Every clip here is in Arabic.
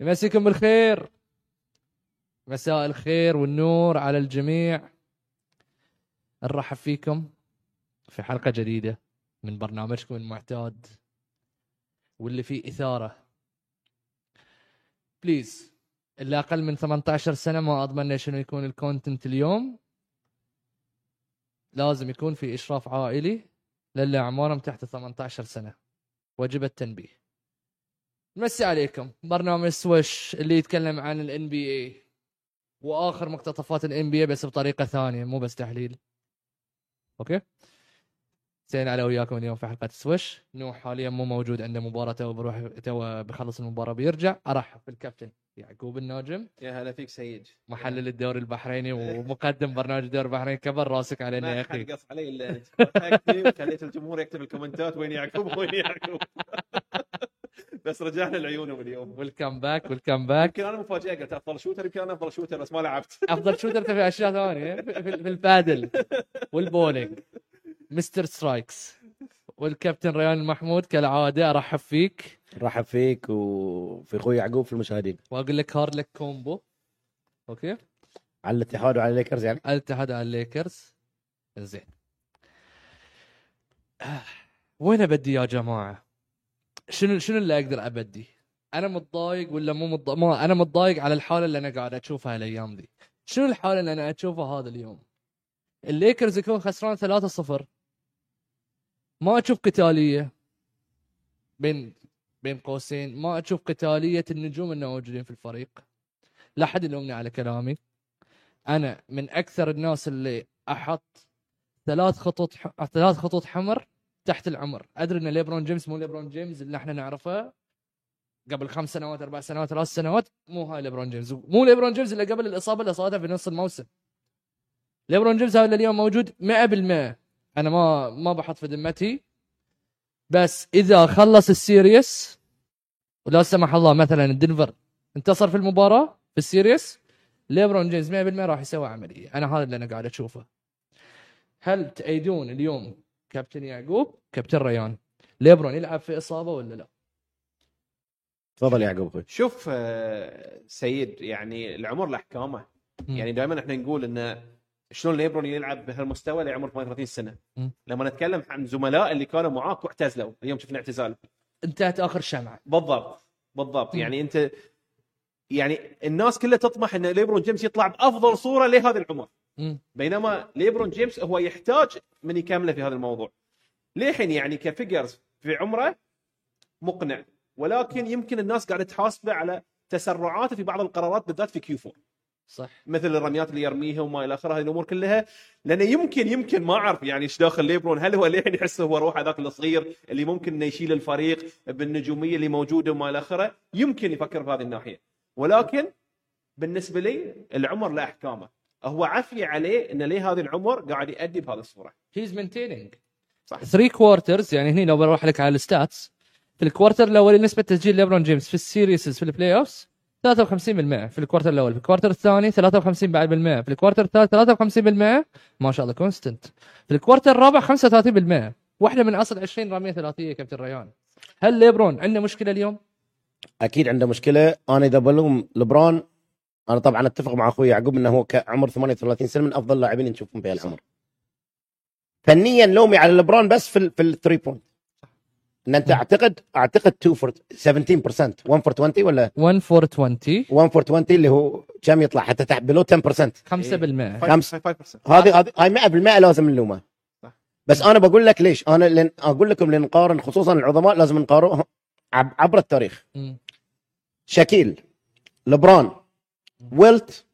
يمسيكم بالخير، مساء الخير والنور على الجميع. نرحب فيكم في حلقة جديدة من برنامجكم المعتاد واللي فيه إثارة. بليز اللي أقل من 18 سنة ما أضمن شنو يكون الكونتنت اليوم، لازم يكون في إشراف عائلي للي أعمارهم تحت 18 سنة، وجب التنبيه. نمسي عليكم. برنامج سويش اللي يتكلم عن ال NBA واخر مقتطفات ال NBA بس بطريقه ثانيه، مو بس تحليل. اوكي، زين على وياكم اليوم في حلقه سويش. نوح حاليا مو موجود، عنده مباراه تو بروح، تو بخلص المباراه بيرجع. ارحب بالكابتن يعقوب الناجم. يا هلا فيك سيد، محلل الدوري البحريني ومقدم برنامج الدوري البحريني. كبر راسك علينا يا اخي. ما قص علي الا انت ضحكتني وخليت الجمهور يكتب الكومنتات وين يعقوب وين يعقوب. بس رجعنا لعيونهم اليوم. ويلكم باك ويلكم باك. يمكن انا مفاجاه، قلت افضل شوتر، يمكن انا افضل شوتر بس ما لعبت. افضل شوتر في اشياء ثانيه، في البادل والبولينج. مستر سترايكس والكابتن ريان المحمود كالعاده. ارحب فيك. رحب فيك وفي اخوي يعقوب في المشاهدين. واقول لك هارد لك كومبو. اوكي، على الاتحاد وعلى الليكرز يعني. على الاتحاد على الليكرز. زين، وين ابدي يا جماعه؟ شنو اللي اقدر ابدي؟ انا متضايق ولا مو متضايق؟ ما انا متضايق على الحاله اللي انا قاعد اشوفها الايام دي. شنو الحاله اللي انا اشوفها هذا اليوم؟ الليكرز يكون خسران 3-0، ما اشوف قتاليه بين قوسين، ما اشوف قتاليه النجوم اللي موجودين في الفريق. لا حد يلومني على كلامي، انا من اكثر الناس اللي احط ثلاث خطوط حمر تحت العمر. ادري ان ليبرون جيمس مو ليبرون جيمس اللي احنا نعرفه قبل 5 سنوات 4 سنوات 3 سنوات، مو هاي ليبرون جيمس، مو ليبرون جيمس اللي قبل الاصابه اللي صارتها في نص الموسم. ليبرون جيمس هذا اليوم موجود 100%. انا ما بحط في ذمتي، بس اذا خلص السيريس ولا سمح الله مثلا الدنفر انتصر في المباراه في السيريس، ليبرون جيمس 100% راح يسوي عمليه. انا هذا اللي انا قاعد اشوفه. هل تأيدون اليوم كابتن يعقوب كابتن ريان ليبرون يلعب في اصابه ولا لا؟ تفضل يا يعقوب اخوي. شوف سيد، يعني العمر له احكامه. يعني دائما احنا نقول انه شلون ليبرون يلعب بهالمستوى لعمر 38 سنه. لما نتكلم عن زملاء اللي كانوا معاك واعتزلوا، اليوم شفنا اعتزال، انتهت اخر شمعه. بالضبط. يعني انت، يعني الناس كلها تطمح ان ليبرون جيمس يطلع بافضل صوره لهذا العمر، بينما ليبرون جيمس هو يحتاج من يكمله في هذا الموضوع. للحين يعني كفيجرز في عمره مقنع، ولكن يمكن الناس قاعده تحاسبه على تسرعاته في بعض القرارات، بالذات في كيو 4. صح، مثل الرميات اللي يرميها وما الى اخره. هذه الامور كلها لانه يمكن ما اعرف يعني ايش داخل ليبرون. هل هو للحين يحس هو روحه ذاك الصغير اللي ممكن انه يشيل الفريق بالنجوميه اللي موجوده وما الى اخره؟ يمكن يفكر بهذه الناحيه، ولكن بالنسبه لي العمر له احكامه. هو عافيه عليه انه ليه هذا العمر قاعد يؤدي بهذه الصوره. هيز مينتيننج صح 3 كوارترز. يعني هنا لو بروح لك على الستاتس، في الكوارتر الاول نسبه تسجيل ليبرون جيمس في السيريسز في البلاي اوفز 53%، في الكوارتر الاول. في الكوارتر الثاني 53 بعد بالمئة، في الكوارتر الثالث 53%، ما شاء الله كونستنت. في الكوارتر الرابع 35%، واحده من اصل 20 رميه ثلاثيه. كابتن ريان، هل ليبرون عنده مشكله اليوم؟ اكيد عنده مشكله. انا اذا بلوم لبران، انا طبعا اتفق مع اخوي يعقوب انه هو كعمر 38 سنه من افضل اللاعبين نشوفهم في هالعمر. فنيا لومي على لبران بس في الثري بوينت، ان انت اعتقد 2 فور 17%، 1 فور 20 ولا 1 فور 20، 1 فور 20 اللي هو كم يطلع حتى تحت بلو 10%، 5%. 5%. هذه 100% لازم نلومه. بس انا بقول لك ليش. انا اقول لكم لنقارن، خصوصا العظماء لازم نقارنهم عبر التاريخ. شاكيل، لبران، ويلت،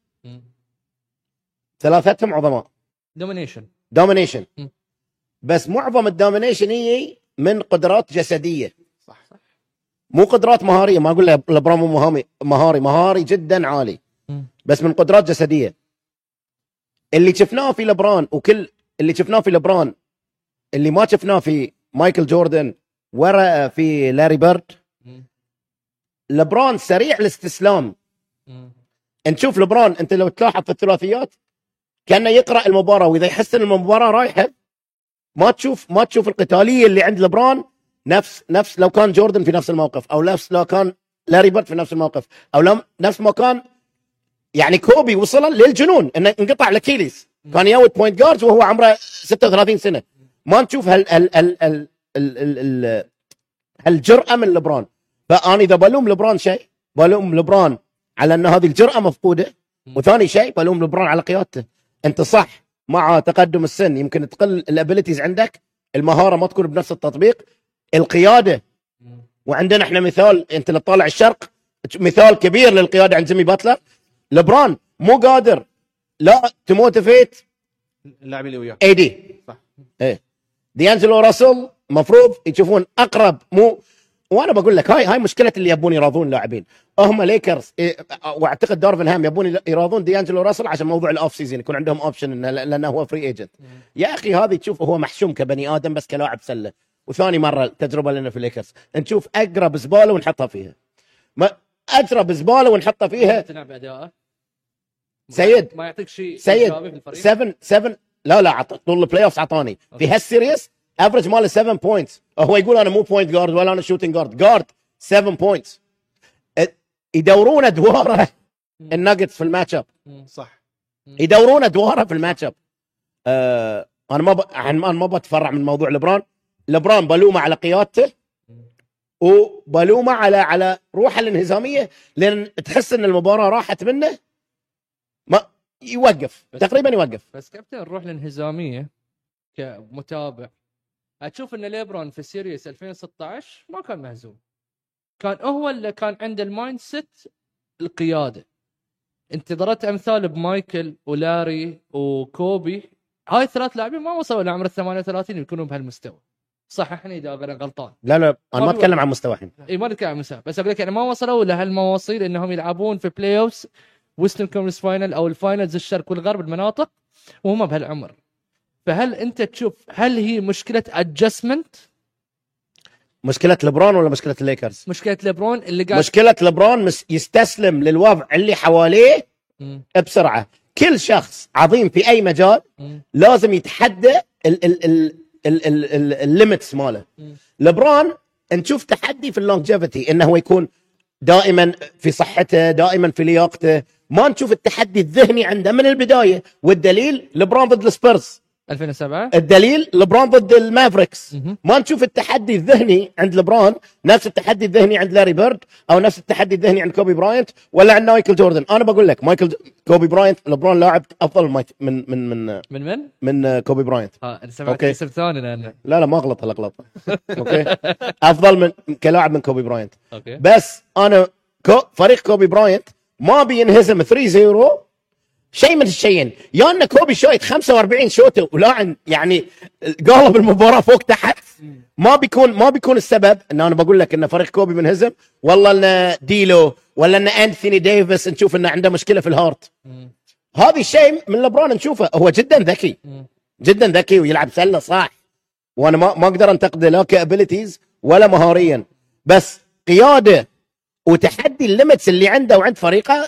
ثلاثتهم عظماء دومينيشن. بس معظم الدومينيشن هي من قدرات جسديه. صح مو قدرات مهاريه. ما اقول لبران مو مهاري جدا عالي، بس من قدرات جسديه. اللي شفناه في لبران، وكل اللي شفناه في لبران اللي ما شفناه في مايكل جوردن ورا في لاري بيرد. لبران سريع الاستسلام. نشوف لبران، انت لو تلاحظ في الثلاثيات كانه يقرا المباراه، واذا يحس ان المباراه رايحه ما تشوف القتاليه اللي عند لبران نفس لو كان جوردن في نفس الموقف، او نفس لو كان لاري بيرد في نفس الموقف، او لم نفس ما كان يعني كوبي وصل للجنون انه انقطع الاكيليس، كان ياوت بوينت جاردز وهو عمره 36 سنه. ما نشوف هالجرأه من لبران. فانا اذا بلوم لبران شيء، بلوم لبران على ان هذه الجرأه مفقوده، وثاني شيء بلوم لبران على قيادته. انت صح مع تقدم السن يمكن تقل الابيليتيز عندك، المهاره ما تكون بنفس التطبيق، القياده. وعندنا احنا مثال، انت اللي تطالع الشرق مثال كبير للقياده عند جيمي باتلر. لبران مو قادر لا تموتيفيت اللاعبين اللي وياه اي دي صح. ايه ديانجلو راسل مفروض يشوفون اقرب. مو وانا بقول لك هاي مشكله اللي يبون يراضون لاعبين. هم ليكرز واعتقد دارفن هام يبون يراضون ديانجلو راسل عشان موضوع الاوف سيزون يكون عندهم اوبشن لانه هو فري ايجنت. يا اخي هذه تشوف هو محشوم كبني ادم بس كلاعب سله. وثاني مره التجربه لنا في الليكرز نشوف اقرب زباله ونحطها فيها، ما اقرب زباله ونحطها فيها. تلعب اداءه سيد ما يعطيك شيء سيد 7 لا طول البلاي اوف اعطاني في هالسيريس افريج ماله 7 بوينتس. هو يقول انا مو بوينت جارد ولا انا شوتنج جارد 7 بوينتس. يدورون ادواره الناجتس في الماتش اب صح، يدورون ادواره في الماتش اب. انا ما بتفرع من موضوع لبران بلومه على قيادته وبلومه على روحه الانهزاميه، لان تحس ان المباراه راحت منه ما يوقف تقريبا يوقف. بس كابتن الروح الانهزاميه كمتابع اشوف ان ليبرون في سيريس 2016 ما كان مهزوم، كان هو اللي كان عنده المايند سيت القياده. انت ضربت امثال بمايكل ولاري وكوبي، هاي الثلاث لاعبين ما وصلوا لعمر 38 يكونوا بهالمستوى. صححني اذا انا غلطان. لا انا ما اتكلم عن مستوى الحين. اي ما نتكلم عن مستوى، بس اقول لك يعني ما وصلوا لهالمواصيل انهم يلعبون في بلاي اوفز ويسترن كونفرنس فاينل او الفاينلز الشرق والغرب المناطق وهم بهالعمر. فهل انت تشوف هل هي مشكله ادجستمنت؟ مشكله لبران ولا مشكله الليكرز؟ مشكله لبران اللي قاعد مشكله لبران يستسلم للوضع اللي حواليه بسرعه. كل شخص عظيم في اي مجال لازم يتحدى الليمتس ماله. لبران نشوف تحدي في اللونجيفيتي انه هو يكون دائما في صحته، دائما في لياقته. ما نشوف التحدي الذهني عنده من البدايه، والدليل لبران ضد السبيرز 2007، الدليل لبران ضد المافريكس. ما نشوف التحدي الذهني عند لبران نفس التحدي الذهني عند لاري بيرد او نفس التحدي الذهني عند كوبي براينت ولا عند مايكل جوردن. انا بقول لك كوبي براينت لبران لاعب افضل من كوبي براينت. انا سمعت اسم ثاني لانه لا ما اغلط هالغلطه. اوكي افضل من كلاعب من كوبي براينت. اوكي بس انا فريق كوبي براينت ما بينهزم 3-0 شيء من الشيئين، يا ان كوبي شايت 45 شوطه ولاعن يعني قالب المباراه فوق تحت. ما بيكون السبب ان انا بقول لك ان فريق كوبي منهزم، والله ان ديلو ولا ان انثوني ديفيس نشوف انه عنده مشكله في الهارت. هذا الشيء من لبران نشوفه هو جدا ذكي جدا ذكي ويلعب سله صح، وانا ما اقدر انتقده لا كابيليتيز ولا مهاريا، بس قياده وتحدي الليمتس اللي عنده وعند فريقه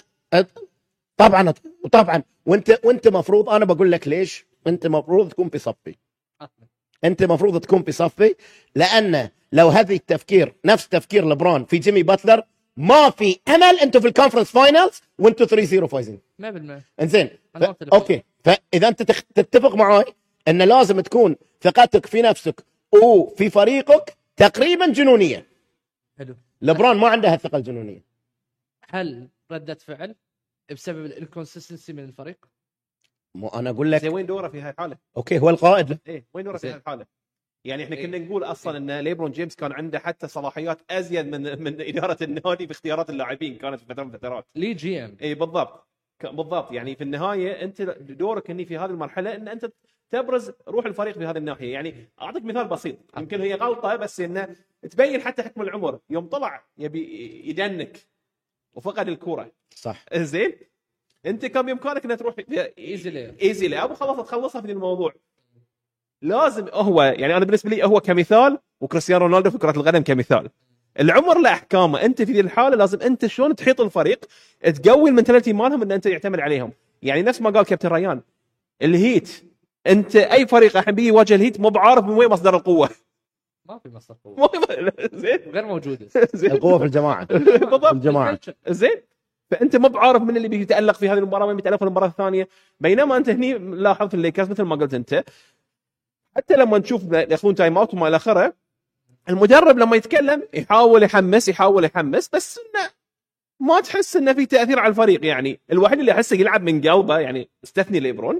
طبعا. وانت مفروض، انا بقول لك ليش انت مفروض تكون في صفي. انت مفروض تكون في صفي، لان لو هذا التفكير نفس تفكير لبران في جيمي باتلر ما في امل انتم في الكونفرنس فاينلز وانتم 3-0 فايزين 100%. انزين اوكي، فاذا انت تتفق معي ان لازم تكون ثقتك في نفسك وفي فريقك تقريبا جنونيه. حلو. لبران ما عنده هالثقه الجنونيه. هل ردة فعل بسبب الانكونسستنسي من الفريق؟ مو انا اقول لك وين دوره في هاي الحاله؟ اوكي هو القائد. ايه وين دوره في هاي الحاله؟ يعني احنا كنا نقول اصلا ان ليبرون جيمس كان عنده حتى صلاحيات ازيد من اداره النادي في اختيارات اللاعبين، كانت في فتره من الفترات. لي جي ام. اي بالضبط يعني في النهايه انت دورك اني في هذه المرحله ان انت تبرز روح الفريق في هذه الناحيه. يعني اعطيك مثال بسيط، يمكن هي غلطه بس انه تبين حتى حكم العمر. يوم طلع يبي يدنك وفقد الكره صح زين، انت كان بامكانك انك تروح ايزي لي ابو خلاص تخلصها في الموضوع. لازم هو يعني انا بالنسبه لي هو كمثال، وكريستيانو رونالدو في كره القدم كمثال. العمر له احكامه. انت في ذي الحاله لازم انت شلون تحيط الفريق، تقوي المنتاليتي مالهم ان انت يعتمد عليهم. يعني نفس ما قال كابتن ريان، الهيت انت اي فريق الحين بيجي يواجه الهيت مو بعارف من وين مصدر القوه. ما في مصدر قوه زين غير موجوده. القوه في الجماعه. بالضبط الجماعه زين. فانت ما بعارف من اللي بيتالق في هذه المباراه وين بيتالق في المباراه الثانيه. بينما انت هني لاحظ في الليكرز مثل ما قلت انت، حتى لما نشوف ياخذون تايم اوت وما الى اخره، المدرب لما يتكلم يحاول يحمس بس انه ما تحس انه في تاثير على الفريق. يعني الوحيد اللي احسه يلعب من قلبه، يعني استثني ليبرون،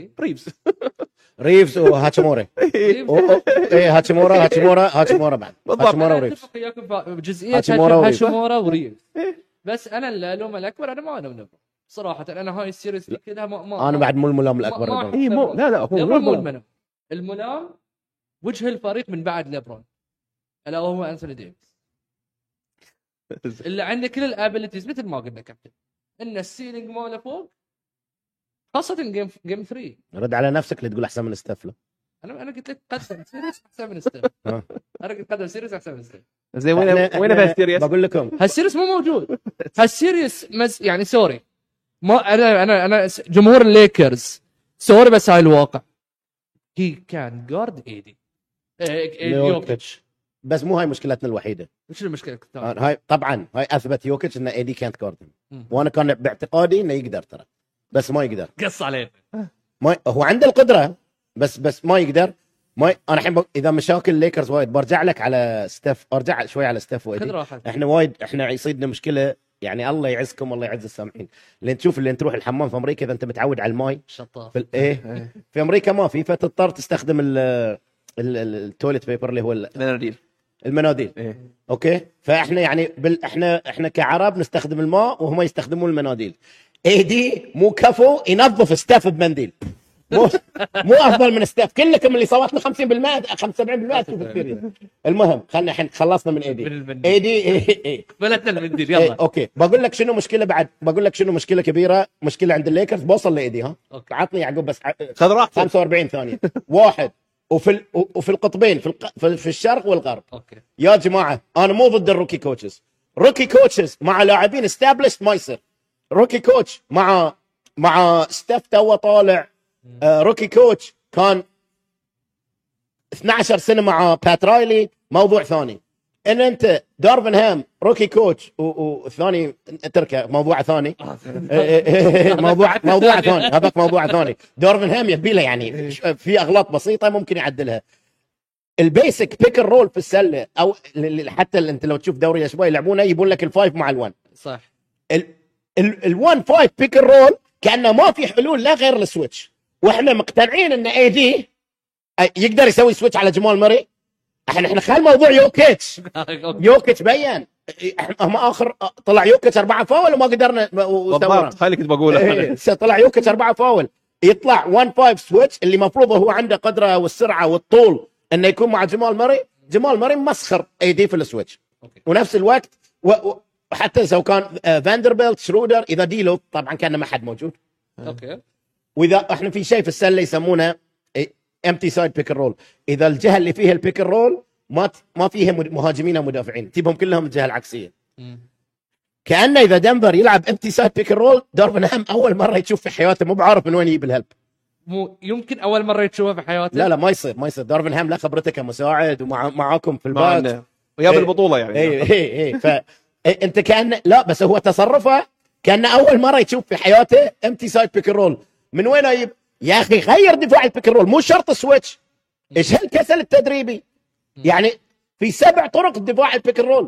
ريفز وهاتشيمورا. ايه هاتشيمورا بعد. هاتشيمورا وريفز. اتفق وياكم بجزئيه هاتشيمورا وريفز. بس انا اللوم الاكبر انا ما الوم ليبرون صراحه. انا هاي السيريز كذا ما انا بعد مو الملام الاكبر. لا هو مو الملام وجه الفريق من بعد ليبرون الا وهو أنثوني ديفيس، اللي عنده كل الابيلتيز مثل ما قلنا كابتن، ان السيلينج ماله فوق، خاصه جيم 3. رد على نفسك اللي تقول احسن من ستيف. انا قلت لك قدم سيريس احسن من ستيف. انا قلت قدم سيريس احسن من ستيف. زين وين هالسيريس؟ بقول لكم هالسيريس مو موجود. هالسيريس يعني سوري، ما انا جمهور الليكرز سوري بس هاي الواقع. هي كان جارد ايدي يوكيتش، بس مو هاي مشكلتنا الوحيده. وش المشكله؟ هاي طبعا هاي اثبت يوكيتش ان ايدي كانت جاردن، وانا كان باعتقادي انه يقدر ترى، بس ما يقدر. قص عليه. ما هو عنده القدره بس ما يقدر. انا الحين اذا مشاكل ليكرز وايد برجع لك على ستيف، ارجع شوي على ستيف وايدي. احنا وايد يصيدنا مشكله، يعني الله يعزكم والله يعز السامعين، اللي تشوف اللي تروح الحمام في امريكا اذا انت متعود على الماي شطاف في امريكا ما في، فتضطر تستخدم التويلت بيبر اللي هو المناديل. اوكي، فاحنا يعني احنا كعرب نستخدم الماء وهم يستخدمون المناديل. ايدي مو كفو ينظف ستاف بمنديل، مو افضل من ستاف. كلكم اللي صوتنا 50% 75% تشوف كثير. المهم خلينا الحين خلصنا من ايدي بلدنا المنديل. يلا اوكي، بقول لك شنو مشكله بعد، بقول لك شنو مشكله كبيره، مشكله عند الليكرز. بوصل لايدي. ها عطني يعقوب بس خذ راحتك 45 ثانيه. واحد وفي القطبين في الشرق والغرب. اوكي يا جماعه انا مو ضد الروكي كوتشز مع لاعبين استابلشت ما يصير. روكي كوتش مع ستيف تو طالع، روكي كوتش كان 12 سنه مع بات رايلي موضوع ثاني. ان انت دارفن هام روكي كوتش والثاني تركه موضوع ثاني. موضوع ثاني، هذاك موضوع ثاني. دارفن هام يبي له يعني في اغلاط بسيطه ممكن يعدلها. البيسك بيك الرول في السله، او حتى انت لو تشوف دوري الاسبوع يلعبونه يبون لك الفايف مع الوان. صح. ال1 5 بيك الرول كانه ما في حلول لا غير السويتش، واحنا مقتنعين ان اي دي يقدر يسوي سويتش على جمال ماري. احنا خل موضوع يوكيتش بين هم اخر طلع يوكيتش 4 فاول وما قدرنا. بالضبط هاي اللي كنت بقولها. طلع يوكيتش 4 فاول، يطلع 1 5 سويتش اللي مفروض هو عنده قدره والسرعه والطول انه يكون مع جمال ماري مسخر اي دي في السويتش. ونفس الوقت وحتى سو كان فاندربيلت شرودر اذا ديلو طبعا كان ما حد موجود. اوكي، واذا احنا في شيء في السله يسمونه امتي سايد بيك رول، اذا الجهه اللي فيها البيك رول ما فيها مهاجمين او مدافعين، تجيبهم كلهم الجهه العكسيه. كانه اذا دنفر يلعب امتي سايد بيك رول، دارفن هام اول مره يشوف في حياته، مو بعارف من وين يجيب الهلب. مو يمكن اول مره تشوفه في حياته. لا ما يصير دارفن هام لا خبرته كمساعد ومعاكم في الباك ويا بالبطوله يعني. اي فانت كان لا، بس هو تصرفه كان اول مره يشوف في حياته امتي سايد بيك رول. من وين يجيب يا اخي؟ غير دفاع البيك رول، مو شرط سويتش. ايش هالكسل التدريبي؟ يعني في 7 طرق دفاع البيك رول.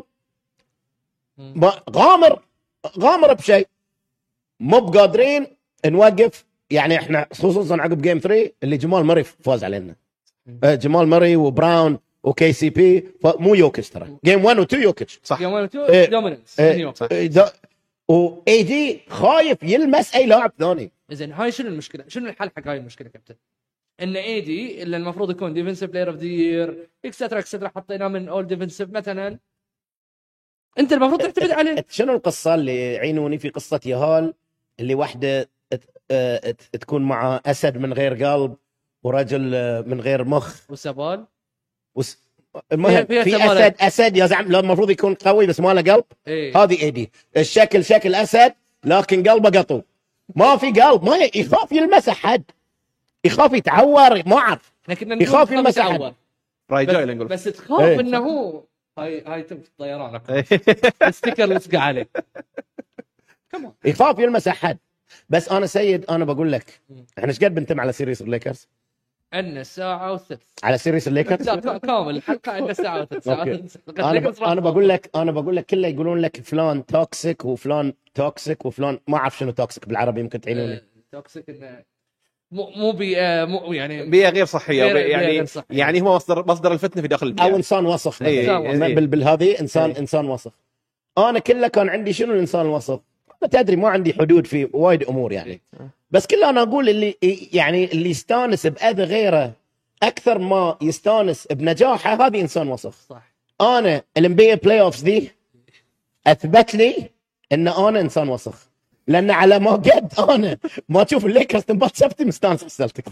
غامر بشيء، مو بقادرين نوقف. يعني احنا خصوصا عقب جيم 3 اللي جمال ماري فاز علينا. جمال ماري وبراون وكي سي بي، مو يوكيتش ترى. جيم 1 و2 يوكيتش صح. جيم 1 و2 دوميننس واي دي خايف يلمس اي لاعب ثاني. زين هاي شنو المشكله؟ شنو الحل حق هاي المشكله كابتن؟ ان اي دي اللي المفروض يكون ديفنسيف بلاير اوف ذا يير اكسترا حطيناه من اول ديفنسيف مثلا، انت المفروض تعتمد عليه. شنو القصه اللي يعينوني في قصه يهال اللي واحده تكون مع اسد من غير قلب ورجل من غير مخ وسبال المهم في اسد يا زعم، المفروض يكون قوي بس ما له قلب. هذه اي دي الشكل شكل اسد لكن قلبه قطو، ما في قلب، ما يخاف يلمس احد، يخاف يتعور، ما اعرف يخاف يلمس احد. رايجاي نقول بس تخاف إيه. انه هو هاي تم الطيران ستيكر لصق عليه كمان يخاف يلمس احد. بس انا سيد انا بقول لك احنا ايش قد بنتم على سيريس الليكرز؟ عندنا ساعة وثلث على سيريس الليكرز لا كامل الحلقة عندنا ساعة وثلث أوكي. انا بقول لك كله يقولون لك فلان توكسيك وفلان توكسيك وفلان ما اعرف شنو توكسيك بالعربي، يمكن تعينوا لي. توكسيك انه مو بيئة مو يعني بيئة غير صحية بيئة غير يعني صحية. يعني هو مصدر الفتنة في داخل البيئة او انسان وسخ بالهذه انسان وسخ. انا كله كان عندي شنو الانسان الوسخ، ما تدري ما عندي حدود في وايد امور يعني، بس كله انا اقول اللي يستانس باذى غيره اكثر ما يستانس بنجاحه هذه انسان وسخ. صح. انا الانبيا بلاي اوفز دي اثبت لي ان انا انسان وسخ، لان على ما قد انا ما اشوف الليكرز تنبات سبتي مستانس بالسلتكس.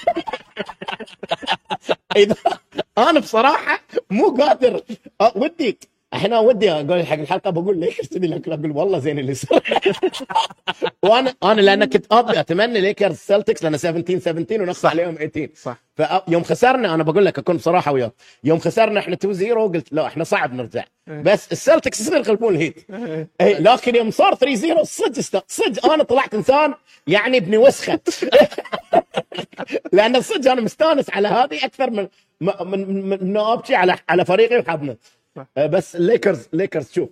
اذا انا بصراحه مو قادر ودي احنا ودي اقول حق الحلقه بقول ليكرز تبي لك اقول والله زين اللي صار. وانا لان كنت اتمنى ليكرز سلتكس لان 17 ونقص عليهم 18 صح. فيوم خسرنا انا بقول لك اكون بصراحه وياك، يوم خسرنا احنا 2-0 قلت لا احنا صعب نرجع، بس السلتكس يصير يغلبون الهيت. لكن يوم صار 3-0 صدق انا طلعت انسان يعني ابني وسخه. لان صدق انا مستانس على هذه اكثر من ابكي على فريقي وحبنا. بس الليكرز شوف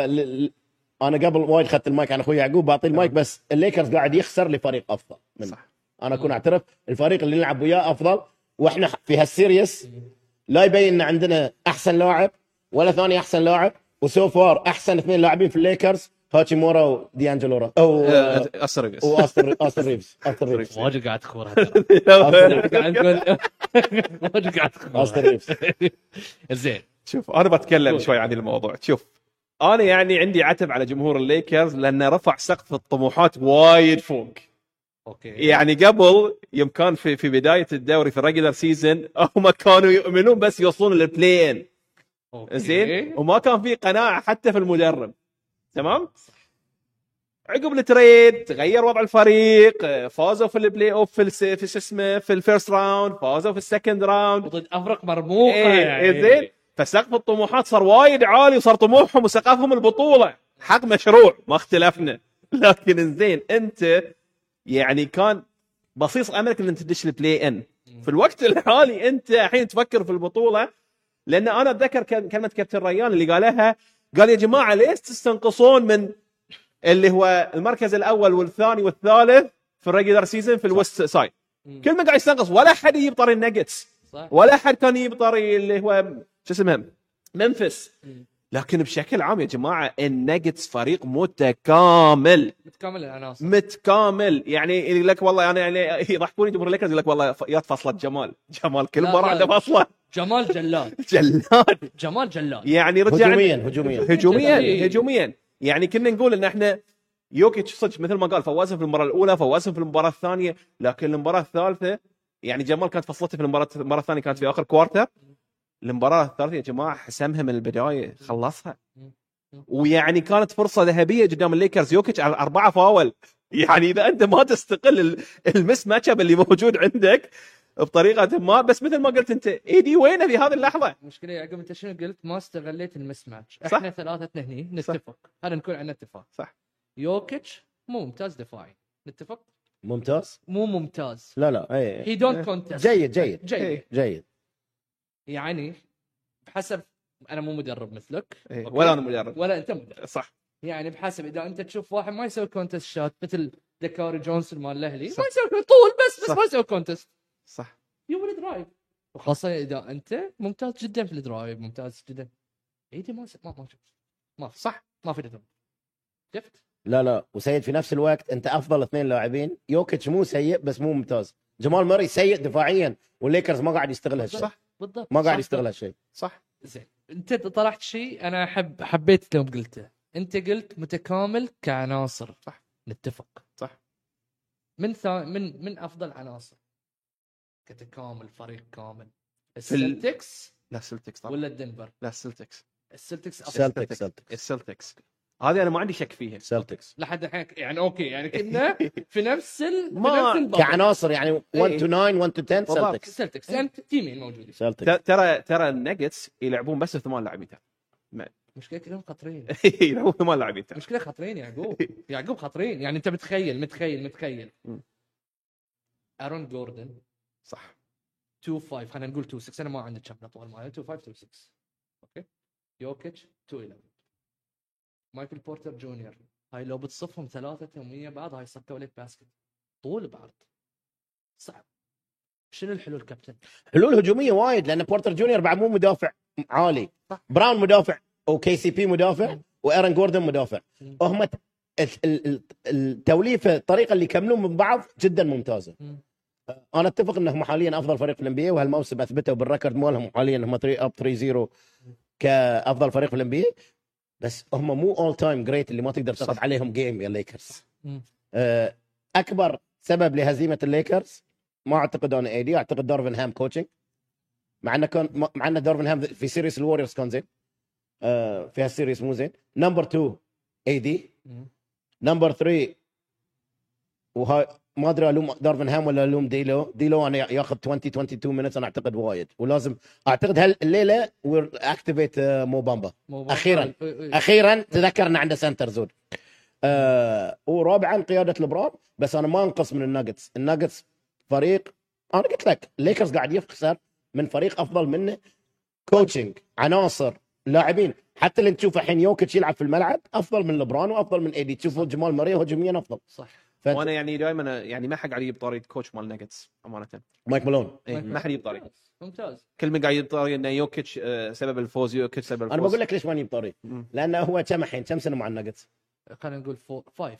انا قبل وايد اخذت المايك عن اخوي يعقوب بعطي المايك، بس الليكرز قاعد يخسر لفريق افضل منه. صح. انا اكون اعترف الفريق اللي نلعب وياه افضل، واحنا في هالسيريس لا يبين ان عندنا احسن لاعب ولا ثاني احسن لاعب، وسو فار احسن اثنين لاعبين في الليكرز هاتشيمورا وديانجلو او استر ريفز واجد قاعد تخورها قاعد نقول واجد قاعد تخورها استر ريفز. زين شوف انا بتكلم شوي عن الموضوع. شوف انا يعني عندي عتب على جمهور الليكرز لانه رفع سقف الطموحات وايد فوق. اوكي يعني قبل يوم كان في بدايه الدوري في الريجلر سيزون هم كانوا يؤمنون بس يوصلون للبلاي ان زين، وما كان في قناعه حتى في المدرب. تمام. عقب التريد تغير وضع الفريق، فازوا في البلاي اوف في اسمه في الفيرست راوند، فازوا في السكند راوند ضد افرق مرموقه يعني زين. فسقف الطموحات صار وايد عالي وصار طموحهم وسقفهم البطوله. حق مشروع ما اختلفنا، لكن زين انت يعني كان بصيص املك ان انت تدش البلاي ان. في الوقت الحالي انت الحين تفكر في البطوله، لان انا اتذكر كلمه كابتن ريان اللي قالها، قال يا جماعه ليش تستنقصون من اللي هو المركز الاول والثاني والثالث في الريجلر سيزون في الوست سايد. كل ما قاعد يستنقص، ولا حد يجيب طاري الناجتس، ولا حد كان يجيب طاري اللي هو شو اسمه منفس. لكن بشكل عام يا جماعه الناجتس فريق متكامل العناصر متكامل. يعني يقول لك والله انا يعني يضحكون جمهور الليكرز يقول لك والله يا فصله جمال كل مره عنده فصله. جمال جلاد جمال جلاد يعني رجع هجوميا يعني كنا نقول ان احنا يوكيتش صدق مثل ما قال فوازن في المباراه الاولى، فوازن في المباراه الثانيه، لكن المباراه الثالثه يعني جمال كانت فصلته في المباراه الثانيه كانت في اخر كوارتر. المباراه الثالثه يا جماعه حسمها من البدايه، خلصها. ويعني كانت فرصه ذهبيه قدام الليكرز، يوكيتش على 4 فاول. يعني اذا انت ما تستقل المس ماتش اب اللي موجود عندك بطريقه ما، بس مثل ما قلت انت ايدي وينه في هذه اللحظه. المشكله يا عقب انت شنو قلت؟ ما استغليت المس ماتش. احنا ثلاثتنا هني نتفق، هذا نكون عندنا اتفاق. صح. يوكيتش مو ممتاز دفاعي، نتفق. ممتاز مو ممتاز، لا هي دونت كونتست. جيد يعني بحسب، انا مو مدرب مثلك ولا انا مدرب ولا انت مدرب، صح. يعني بحسب اذا انت تشوف واحد ما يسوي كونتست شات مثل دكاري جونسون مال الاهلي، ما يسوي طول بس ما يسوي كونتست، صح. يوم الدرايف، وخاصه اذا انت ممتاز جدا في الدرايف، ممتاز جدا. ايدي ما صح، ما في درايف. شفت؟ لا وسيد في نفس الوقت انت افضل 2 لاعبين. يوكيتش مو سيء بس مو ممتاز. جمال ماري سيء دفاعيا والليكرز ما قاعد يستغل هالشيء. صح بالضبط، ما قاعد يستغل هالشيء. صح. زين انت طرحت شيء انا حبيت لو قلته. انت قلت متكامل كعناصر، صح، نتفق. صح. من افضل عناصر كتكامل فريق كامل السلتكس. لا السلتكس طبعا ولا الدنفر؟ لا السلتكس. السلتكس. السلتكس هذه انا ما عندي شك فيها. سلتكس لحد الحين يعني اوكي يعني كنا في نفس ما- البابل. كعناصر يعني 1 to 9 1 to 10 بالضبط. سلتكس يعني تيمين موجودين. سلتكس ترى النجتس يلعبون بس 8 لاعبين مشكله كلهم خطرين. يلعبون 8 لاعبين مشكله خطرين يعقوب خطرين. يعني انت متخيل ارون جوردن صح 2-5 خلينا نقول 2-6 انا ما عندي كم طول ماله 2-5 2-6 اوكي. يوكيتش 2-11 مايكل بورتر جونيور هاي لو بتصفهم ثلاثه يوميا بعض هاي صكوا لك باسكت طول بعرض صعب. شنو الحلول كابتن؟ حلول هجوميه وايد لان بورتر جونيور بعد مو مدافع عالي. صح. براون مدافع وكي سي بي مدافع وايرن جوردن مدافع. هم التوليفه الطريقه اللي يكملون من بعض جدا ممتازه. انا اتفق انهم حاليا افضل فريق في الام بي وهالموسم اثبتوا بالركورد مالهم حاليا هم 3-0 كافضل فريق في الام بي. بس هم مو اول تايم جريت اللي ما تقدر تاخذ عليهم جيم يا ليكرز. اكبر سبب لهزيمه الليكرز ما اعتقد انا اي دي، اعتقد دارفن هام كوتشنج. مع ان دارفن هام في سيريس الوريورز كان زين في هالسيريس مو زين. نمبر 2 اي دي. نمبر 3 وهاي ما ادري الوم دارفن هام ولا الوم ديلو انا ياخذ 22 مينتس انا اعتقد وايد ولازم اعتقد هالليله اكتيفيت موبامبا اخيرا تذكرنا عنده سنتر زود. ورابعا قياده لبران. بس انا ما انقص من الناجتس فريق انا قلت لك الليكرز قاعد يخسر من فريق افضل منه كوتشنج عناصر لاعبين. حتى اللي تشوف الحين يوكيتش يلعب في الملعب افضل من لبران وافضل من ايدي. تشوفوا جمال ماريا هجوميا افضل صح. وانا يعني دائما يعني ما حق علي بطاري كوتش مال ناجتس امانه مايك مالون ما حد يبطاري ممتاز. كل من قاعد يبطاري انه يوكيتش سبب الفوز يوكيتش سبب الفوز. انا بقول لك ليش ما يبطاري لانه هو كم سنه مع الناجتس خلينا نقول 5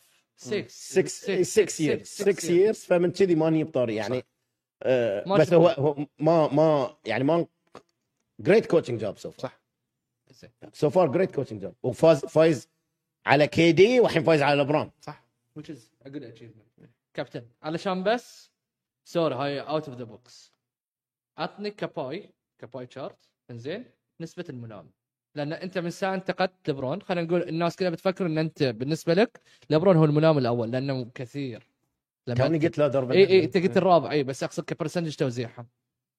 6 years فمن كذي ما يبطاري يعني. بس هو ما يعني ما جريت كوتشنج جوب صح سو فار جريت كوتشنج جوب وفايز على كي دي والحين فايز على لبران صح which is a good achievement كابتن. علشان بس سوري هاي اوت اوف ذا بوكس عطني كاباي شارت انزين نسبه الملام لان انت من ساعه انتقدت لبرون خلينا نقول الناس كلها بتفكر ان انت بالنسبه لك لبرون هو الملام الاول لانه كثير. لما قلت له دارفن اي انت قلت الرابع اي بس اقصد كبرسنتج توزيعهم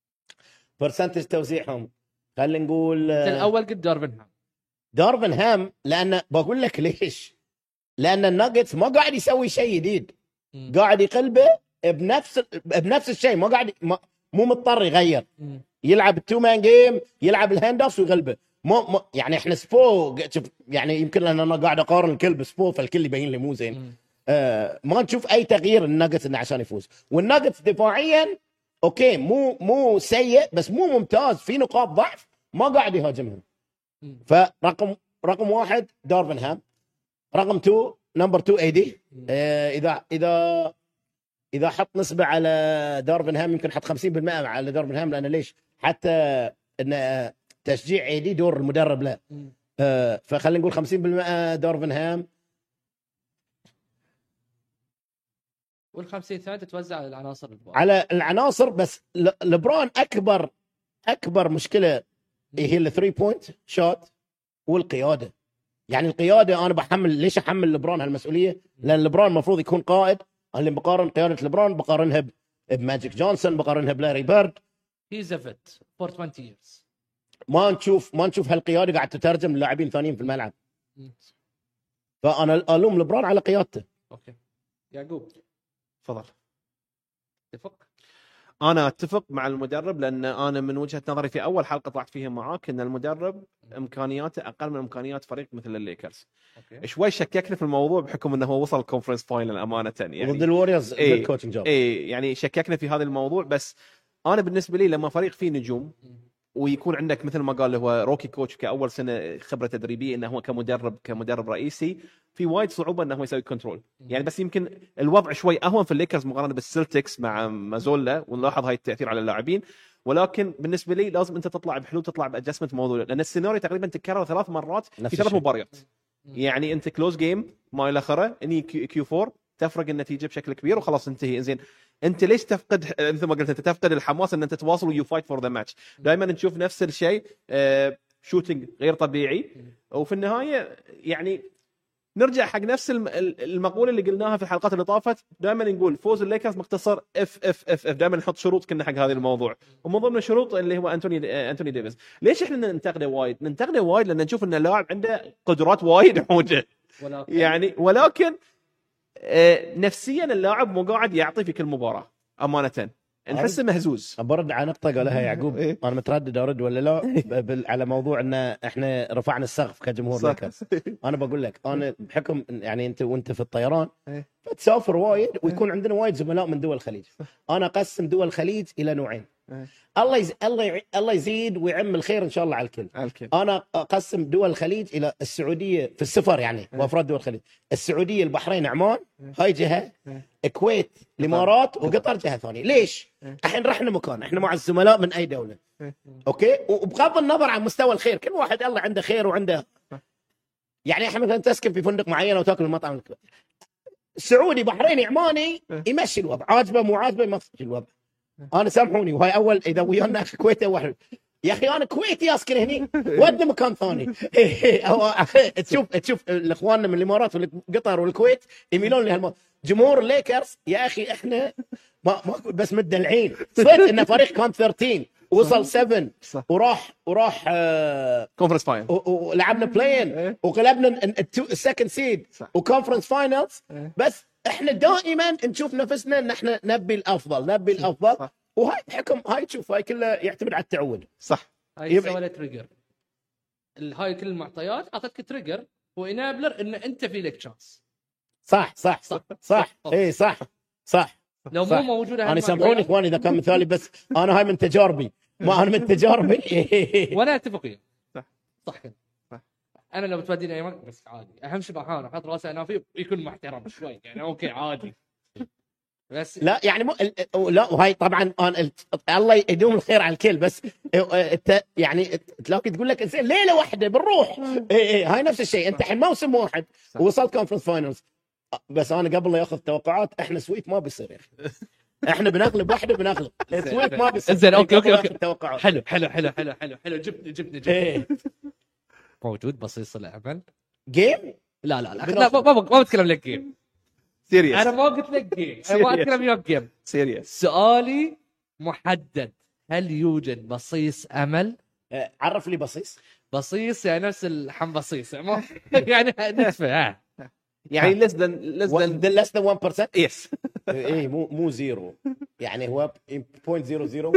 خلينا نقول الاول قد دارفن هام لان بقول لك ليش. لان الناجتس ما قاعد يسوي شيء جديد قاعد يقلبه بنفس الشيء ما قاعد مو مضطر يغير. يلعب التو مان جيم يلعب الهاند اوف ويغلبه. يعني احنا سبو يعني يمكن انا قاعد اقارن الكل بسبو فالكل يبين لي مو زين. ما نشوف اي تغيير الناجتس انه عشان يفوز. والناجتس دفاعيا اوكي مو سيء بس مو ممتاز في نقاط ضعف ما قاعد يهاجمهم. فرقم 1 دارفن هام. رقم 2 نمبر 2 اي دي. اذا حط نسبه على دارفن هام يمكن حط 50% على دارفن هام لان ليش حتى ان تشجيع اي دي دور المدرب له. فخلينا نقول 50% دارفن هام وال50 ثانيه تتوزع على العناصر على العناصر. بس لبران اكبر مشكله هي ال3 بوينت شوت والقياده. يعني القياده انا ليش احمل لبران هالمسؤوليه؟ لان لبران المفروض يكون قائد. اللي بقارن قياده لبران بقارنها بماجيك جونسون بقارنها بلاري بيرد. هيز ا فيت فور 20 years. ما نشوف هالقياده قاعد تترجم للاعبين ثانيين في الملعب. فانا الوم لبران على قيادته. اوكي يعقوب تفضل. اتفق. انا اتفق مع المدرب لان انا من وجهه نظري في اول حلقه طلعت فيها معاك ان المدرب امكانياته اقل من امكانيات فريق مثل الليكرز. شوي شككنا في الموضوع بحكم انه هو وصل كونفرنس فاينل امانه يعني ضد الوريورز كوتشنج جوب. يعني شككنا في هذا الموضوع. بس انا بالنسبه لي لما فريق فيه نجوم ويكون عندك مثل ما قال هو روكي كوتش كاول سنه خبره تدريبيه انه هو كمدرب رئيسي في وايد صعوبه انه هو يسوي كنترول. يعني بس يمكن الوضع شوي اهون في الليكرز مقارنه بالسلتكس مع مازولا ونلاحظ هاي التاثير على اللاعبين. ولكن بالنسبه لي لازم انت تطلع بحلول تطلع بادجستمنت موضوع لان السيناريو تقريبا تكرر 3 مرات في 3 مباريات. يعني انت كلوز جيم ما الى اخره اني كيو 4 تفرق النتيجه بشكل كبير وخلاص انتهي. زين انت ليش تفقد مثل ما قلت انت تفقد الحماس ان انت تواصل ويو فايت فور ذا ماتش. دائما نشوف نفس الشيء شوتينج غير طبيعي وفي النهايه يعني نرجع حق نفس المقوله اللي قلناها في الحلقات اللي طافت. دائما نقول فوز الليكرز مختصر اف اف اف اف. دائما نحط شروط كنا حق هذا الموضوع، ومن ضمن الشروط اللي هو انتوني ديفيس. ليش احنا ننتقده وايد؟ ننتقده وايد لان نشوف ان اللاعب عنده قدرات وايد حوجه يعني، ولكن نفسيا اللاعب مو قاعد يعطي في كل مباراه امانه، نحسه مهزوز. برد على نقطه قالها يعقوب. انا متردد ارد ولا لا على موضوع ان احنا رفعنا السقف كجمهور ليكرز. انا بقول لك انا بحكم يعني انت وانت في الطيران فتسافر وايد ويكون عندنا وايد زملاء من دول الخليج. انا اقسم دول الخليج الى نوعين، الله يزيد ويعم الخير ان شاء الله على الكل. انا اقسم دول الخليج الى السعوديه في السفر يعني، وافراد دول الخليج: السعوديه، البحرين، عمان، هاي جهه، الكويت، الامارات، وقطر جهه ثانيه. ليش؟ الحين رحنا مكان احنا مع الزملاء من اي دوله، اوكي، وبغض النظر عن مستوى الخير، كل واحد الله عنده خير وعنده يعني. احنا مثلا تسكن في فندق معين وتاكل المطعم السعودي، بحريني، عماني، يمشي الوضع، عاجبه مو عاجبه يمشي الوضع. انا سامحوني، وهاي اول اذا ويانا اخي كويتي واحد يا اخي انا كويتي اسكن هني ودي مكان ثاني. تشوف الاخواننا من الامارات والقطر والكويت يميلون لهالموضوع. جمهور الليكرز يا اخي احنا ما بس مدلعين صدق ان فريق كان 13 وصل 7 وراح كونفرنس فاينل ولعبنا بلاين وغلبنا السكند سيد وكونفرنس فاينلز. بس احنا دائما نشوف نفسنا ان احنا نبي الافضل وهاي بحكم هاي تشوف هاي كلها يعتمد على التعود. صح، هاي سوالة تريجر. هاي كل المعطيات اعطتك تريجر وانابلر ان انت في لك تشانس. صح اي صح لو مو موجوده. انا سامحوني اخواني اذا كان مثالي، بس انا هاي من تجاربي، ما انا من تجاربي. وانا اتفق وياك. صح كده. انا لو بتوديني اي مكان بس عادي، اهم شيء بحاول احط راسي انا فيه يكون محترم شوي يعني، اوكي عادي. بس لا يعني لا، وهي طبعا أنا الله يدوم الخير على الكل، بس يعني تلاقي تقول لك ليله واحده بنروح. هاي نفس الشيء، انت الحين موسم واحد ووصلت كونفرنس فاينلز، بس انا قبل لا ياخذ توقعات احنا سويت ما بيصير يا اخي. احنا بنغلب واحده بنغلب سويت ما بيصير. زين اوكي حلو جبني موجود بصيص الامل جيم. لا ما بتكلم لك جيم سيريس. انا ما قلت لك جيم، انا ما اتكلم وياك جيم سيريس. سؤالي محدد: هل يوجد بصيص امل؟ عرف لي بصيص يعني نفس الحنبصيص يعني ندفع يعني less than 1%. يس. ايه مو زيرو يعني، هو 0.001.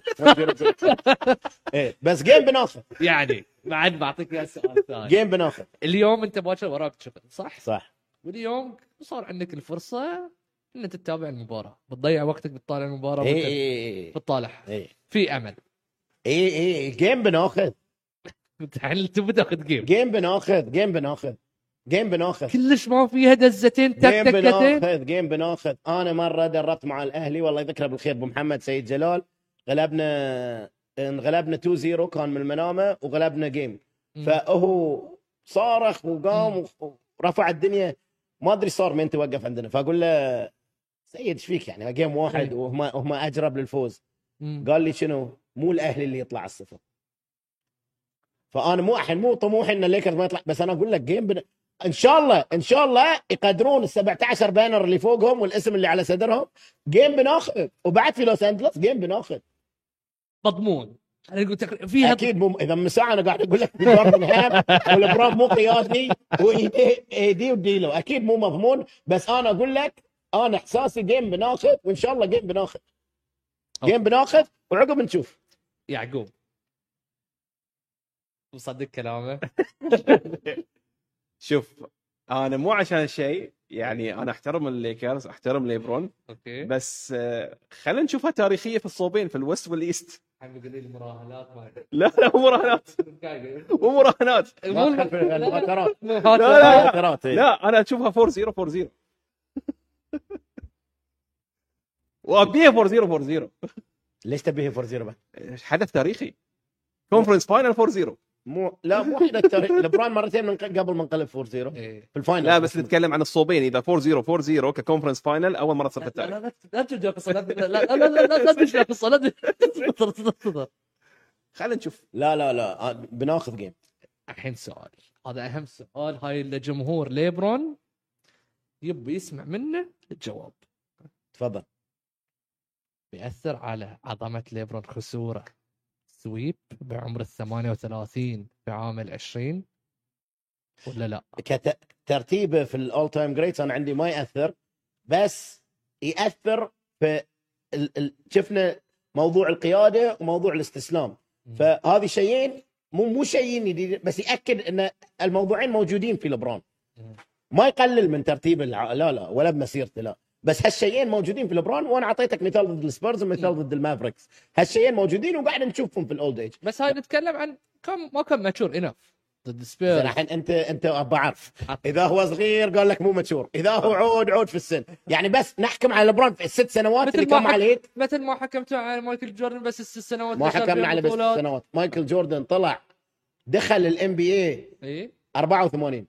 ايه بس جيم بناخذ يعني. بعد بعطيك يا سؤال ثاني. جيم بناخذ اليوم انت باكر وراك شغل صح، واليوم صار عندك الفرصه ان تتابع المباراه، بتضيع وقتك بتطالع المباراه بتطالعها. في امل. جيم بناخذ. هل تبي تاخذ جيم بناخذ كلش ما فيها دزتين تكتكتين. جيم بناخذ. انا مره دربت مع الاهلي والله يذكره بالخير ابو محمد سيد جلال، غلبنا 2-0 كان من المنامه وغلبنا جيم. فهو صارخ وقام ورفع الدنيا، ما ادري صار مين توقف عندنا. فاقول له سيد ايش فيك يعني، جيم واحد وهم اجرب للفوز. قال لي شنو، مو الاهلي اللي يطلع على الصفر. فانا مو طموحي ان الليكرز ما يطلع، بس انا اقول لك جيم ان شاء الله يقدرون ال 17 بانر اللي فوقهم والاسم اللي على صدرهم. جيم بناخذ، وبعد في لوس انجلوس جيم بناخذ مضمون. انا قلت فيها اكيد اذا من ساعه انا قاعد اقول لك بيرمنهام والبرام مو قيادي وايدي وديلو، اكيد مو مضمون، بس انا اقول لك انا احساسي جيم بناخذ، وان شاء الله جيم بناخذ وعقب نشوف. يعقوب مصدق كلامه. شوف انا مو عشان شيء يعني، انا احترم الليكرز، احترم ليبرون، اوكي، بس خلينا نشوفها تاريخيه في الصوبين، في الوست والايست. عم يقول لي المراهنات لا مو مراهنات لا انا اشوفها 4-0 وابيها 4-0. ليش تبيه 4-0 حدث تاريخي، كونفرنس فاينل 4-0. مو حدث تاريخي. لبران مرتين من قبل ما انقلب 4-0 في الفاينل. لا بس نتكلم عن الصوبين، اذا 4-0 ككونفرنس فاينل اول مره تصير في التاريخ. لا ترجع قصه، لا ترجع قصه، خلينا نشوف. لا بناخذ جيم. الحين سؤال، هذا اهم سؤال، هاي اللي جمهور ليبرون يبي يسمع منه الجواب. تفضل. بيأثر على عظمة ليبرون خسوره سويب بعمر 38 في عام 20 ولا لا؟ كترتيبه في الاول تايم جريتس انا عندي ما ياثر، بس ياثر في شفنا موضوع القياده وموضوع الاستسلام، فهذه شيئين مو شيئين جديد، بس ياكد ان الموضوعين موجودين في لبران. ما يقلل من ترتيب لا ولا بمسيرته لا، بس هالشيئين موجودين في لبران، وانا اعطيتك مثال ضد السبيرز ومثال ضد المافريكس، هالشيئين موجودين وقاعد نشوفهم في الاولد ايج. بس هاي نتكلم عن ما كان ماتشور انف ضد السبيرز. الحين انت بعرف اذا هو صغير قال لك مو ماتشور، اذا هو عود في السن، يعني بس نحكم على لبران في الست سنوات اللي كان عليه، مثل ما حكمتوا على مايكل جوردن بس الست سنوات. ما حكمنا على بس السنوات. مايكل جوردن طلع دخل الام بي اي 84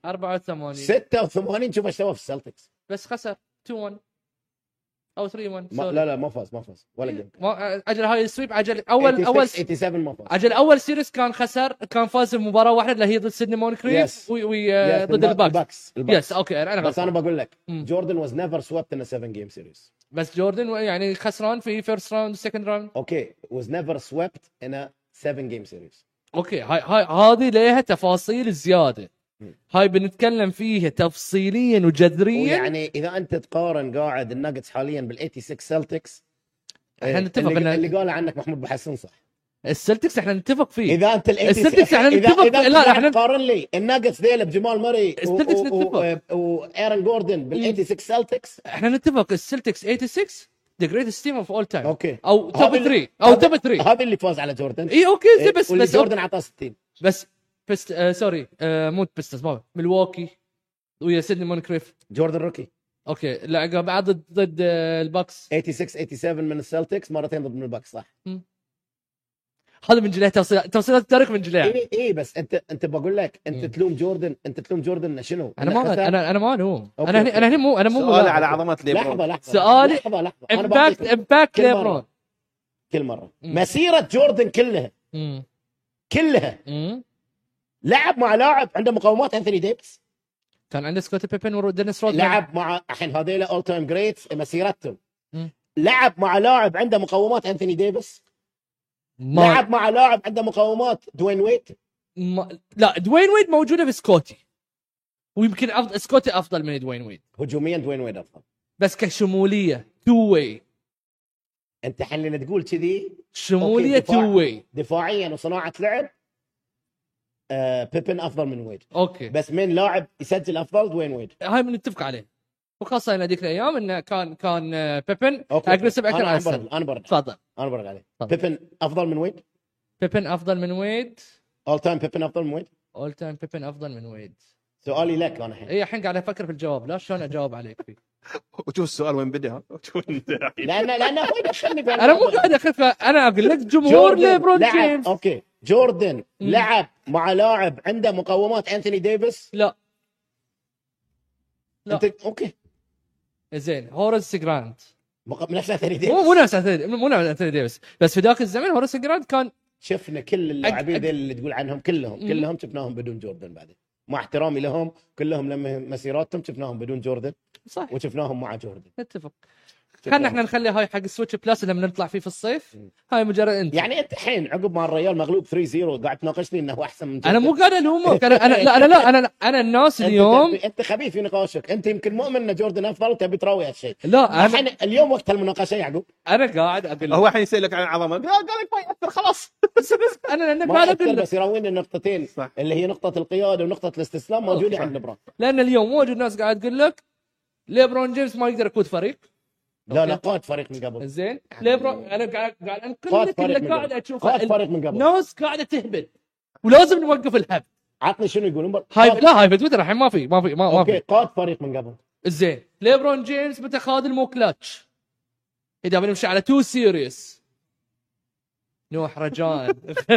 86 شوف ايش سوى في السلتكس، بس خسر 2-1 او 3-1. لا ما فاز ولا جيم. اجل هاي السويب، اجل اول 87 ما فاز. اجل اول سيريس كان خسر، كان فاز بمباراه واحده اللي هي ضد سيدني مونكريف ضد الباكس. يس اوكي انا بس انا بقول لك جوردن واز نيفر سويبت ان 7 جيم سيريس. بس جوردن يعني خسران في فيرست راوند وسكند راوند. اوكي واز نيفر سويبت ان 7 جيم سيريس. اوكي هاي هذه لها تفاصيل زياده، هاي بنتكلم فيها تفصيليا وجذريا. يعني اذا انت تقارن قاعد الناجتس حاليا بال86 سلتكس، احنا نتفق اللي قال عنك محمود بحسن صح. السلتكس احنا نتفق فيه. اذا انت السلتكس احنا نتفق لا احنا تقارن لي الناجتس ذيل بجمال ماري السلتكس نتفق وايرن جوردن بال86 سلتكس، احنا نتفق السلتكس 86 the greatest team of all time. اوكي او توب 3 او توب 3 هذا اللي فاز على جوردن. اي اوكي بس جوردن عطاه 60 بس سوري مو بيستنز بابا ميلواكي ويا سيدني مونكريف. جوردن روكي اوكي لعب بعد ضد الباكس 86 87 من السلتكس، مرتين ضد من الباكس صح. هذا من جلها تفصيلات التاريخ من جلها. اي بس انت بقول لك انت تلوم جوردن شنو؟ انا ما الوم، انا هنا مو سؤالي على عظمه ليبرون. لحظه سؤالي امباكت ليبرون كل مره مسيره جوردن كلها لعب مع لاعب عنده مقاومات انثوني ديفيس، كان عنده سكوتي بيبن ودينيس رودمان، لعب مع الحين هذيلا اول تايم جريتس مسيرتهم، لعب مع لاعب عنده مقاومات انثوني ديفيس، لعب مع لاعب عنده مقاومات دوين ويد. لا دوين ويد موجوده في سكوتي، ويمكن سكوتي افضل من دوين ويد هجوميا، دوين ويد افضل، بس كشموليه تو واي. انت حلنا تقول كذي شموليه تو واي، دفاعيا وصناعه لعب بيبن افضل من ويد. اوكي بس من لاعب يسجل افضل دوين ويد، هاي بنتفق عليه، وخاصه ان هذيك الايام انه كان بيبن اجريسيف اكثر. انا برد تفضل انا برد عليه. بيبن افضل من ويد، بيبن افضل من ويد اول تايم. بيبن افضل من ويد، اول تايم. بيبن افضل من ويد. سؤالي لك انا الحين. اي الحين قاعد افكر في الجواب، لا شلون اجاوب عليك فيه. وشوف السؤال وين بدا ها. لان هو يدخلني انا مو قاعد اخف، انا اقول لك جمهور ليبرون جيمس. اوكي جوردن لعب مع لاعب عنده مقاومات انثوني ديفيس. لا انت اوكي زين. هورس جرانت نفس انثوني ديفيس، مو نفس انثوني ديفيس، بس في ذاك الزمن هورس جرانت كان. شفنا كل اللاعبين اللي تقول عنهم كلهم شفناهم بدون جوردن بعدين، مع احترامي لهم كلهم لما مسيراتهم شفناهم بدون جوردن صح، وشفناهم مع جوردن. نتفق. خلينا احنا نخلي هاي حق السويتش بلاس لما نطلع فيه في الصيف. هاي مجرد انت يعني انت الحين عقب ما الريال مغلوب 3-0 قاعد تناقشني انه هو احسن من جوردن. انا مو قاعد الومك، انا الناس اليوم انت خبيث في نقاشك، انت يمكن مؤمن ان جوردن افضل وتبي تراوي هالشيء. لا الحين اليوم وقت المناقشه يا يعقوب، انا قاعد اقول هو الحين يسالك عن العظمه قال لك ما ياثر خلاص. بس انا قاعد اقول بس يراوينا النقطتين اللي هي نقطه القياده ونقطه الاستسلام موجوده عند ليبرون. لان اليوم موجود ناس قاعد تقول لك ليبرون جيمس ما يقدر يقود فريق. لا قاد فريق من قبل. زين ليبرون انا قاعد انقل لك اللي قاعد اشوفه. قاد فريق من قبل. ناس قاعده تهبل ولازم نوقف الهب. عطني شنو يقولون هاي في تويتر الحين ما في اوكي قاد فريق من قبل. زين ليبرون جيمس متى خاذ المو كلاتش؟ اذا بنمشي على 2 سيريس نوح رجاء.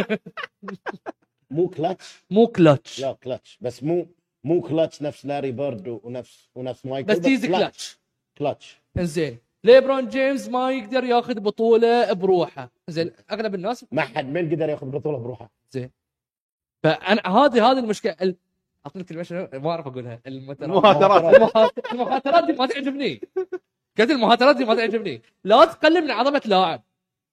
مو كلاتش لا كلاتش، بس مو كلاتش نفس لاري بيرد ونفس مايكل، بس تيزي كلاتش. انزين ليبرون جيمس ما يقدر ياخذ بطوله بروحه. زين اغلب الناس ما حد من قدر ياخذ بطوله بروحه. زين فانا هذه المشكله. اعطيني كلمه ما اعرف اقولها. المهاترات دي ما تعجبني. قلت المهاترات دي ما تعجبني. لا تقلل من عظمه لاعب.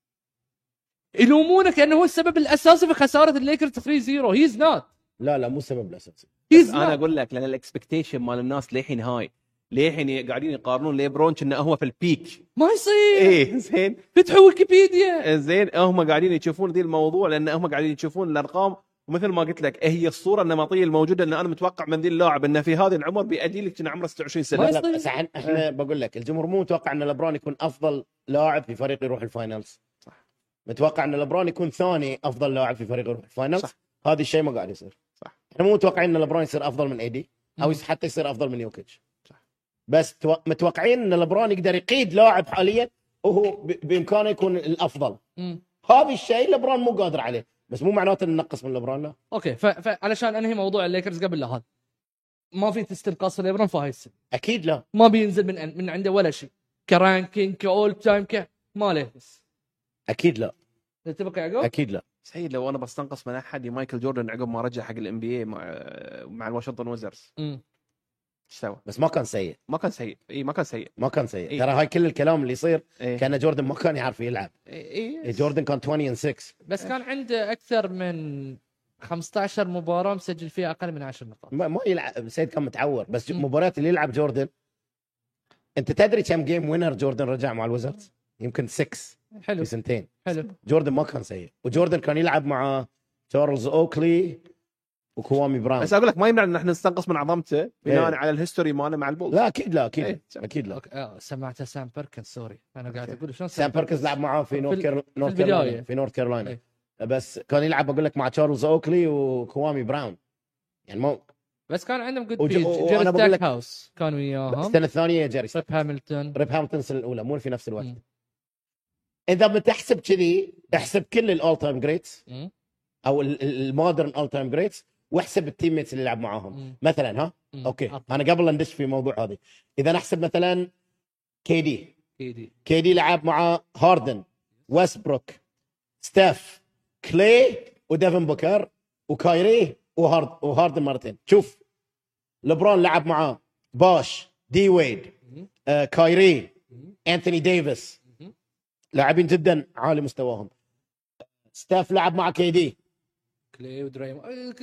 يلومونه كانه هو السبب الاساسي في خساره الليكرز 3-0. هيز نوت. لا مو السبب الاساسي. انا اقول لك لان الاكسبكتيشن مال الناس للحين هاي، للحين قاعدين يقارنون ليبرون كأنه هو في البيك. ما يصير. ايه زين، فتحوا ويكيبيديا. زين هم قاعدين يشوفون ذي الموضوع لان هم قاعدين يشوفون الارقام، ومثل ما قلت لك هي الصوره النمطيه الموجوده ان انا متوقع من ذي اللاعب انه في هذا العمر بيأدي لك كنا عمره 26 سنه. لا بس احنا بقول لك الجمهور مو متوقع ان لبران يكون افضل لاعب في فريق يروح الفاينلز. صح. متوقع ان لبران يكون ثاني افضل لاعب في فريق يروح الفاينلز. صح. هذا الشيء ما قاعد يصير. صح. احنا مو متوقعين ان لبران يصير افضل من ايدي او حتى يصير افضل من يوكيتش. صح. بس متوقعين ان لبران يقدر يقيد لاعب حاليا وهو بامكانه يكون الافضل. هذا الشيء لبران مو قادر عليه، بس مو معناته ان نقص من لبران. لا اوكي. فعلشان انهي موضوع الليكرز قبل لا هذا، ما في تستنقاص ليبرون في هاي السنه. اكيد لا، ما بينزل من عنده ولا شيء كرانكينج كاول تايم ما له بس. اكيد لا. تتفق يا يعقوب؟ اكيد لا. سيد لو انا بستنقص من احد مايكل جوردن عقب ما رجع حق الام بي اي مع الواشنطن ويزرز. ايش سوى؟ بس ما كان سيء. ما كان سيء. اي ما كان سيء. ما كان سيء. إيه؟ ترى هاي كل الكلام اللي يصير كان جوردن ما كان يعرف يلعب. جوردن كان 20-6 بس كان عنده اكثر من 15 مباراه مسجل فيها اقل من 10 نقاط. ما يلعب. سيد كان متعور. بس مباريات اللي يلعب جوردن، انت تدري كم جيم وينر جوردن رجع مع الويزردز؟ يمكن 6 حلو في سنتين. حلو. جوردن ما كان سيء، وجوردن كان يلعب مع تشارلز اوكلي وكوامي براون. بس اقول لك ما يمنع ان احنا نستنقص من عظمته بناء على الهيستوري ماله مع البولز. لا اكيد لا اكيد اكيد لا. سمعتها سام بيركنز. سوري انا قاعد اقول شلون سام بيركنز لعب معاه في نورث كارولينا. بس كان يلعب اقول لك مع تشارلز اوكلي وكوامي براون. يعني مو بس كان عندهم جود بيج. جيري ستاك هاوس كانوا وياهم. السنه الثانيه جيري ريب هامilton السنه الاولى مو في نفس الوقت. اذا بتحسب كذي احسب كل الاول تايم جريتس او المودرن اول تايم جريتس، واحسب التيم ميتس اللي لعب معاهم. مثلا اوكي انا قبل لا ندش في موضوع هذه، اذا نحسب مثلا كي دي لعب مع هاردن، ويستبروك، ستيف، كلي وديفن بوكر وكايري وهاردن مرتين. شوف لبران لعب معاه باش، دي ويد، كايري، انثوني ديفيس، لاعبين جدا عالي مستواهم. ستيف لعب مع كي دي، كلي ودريم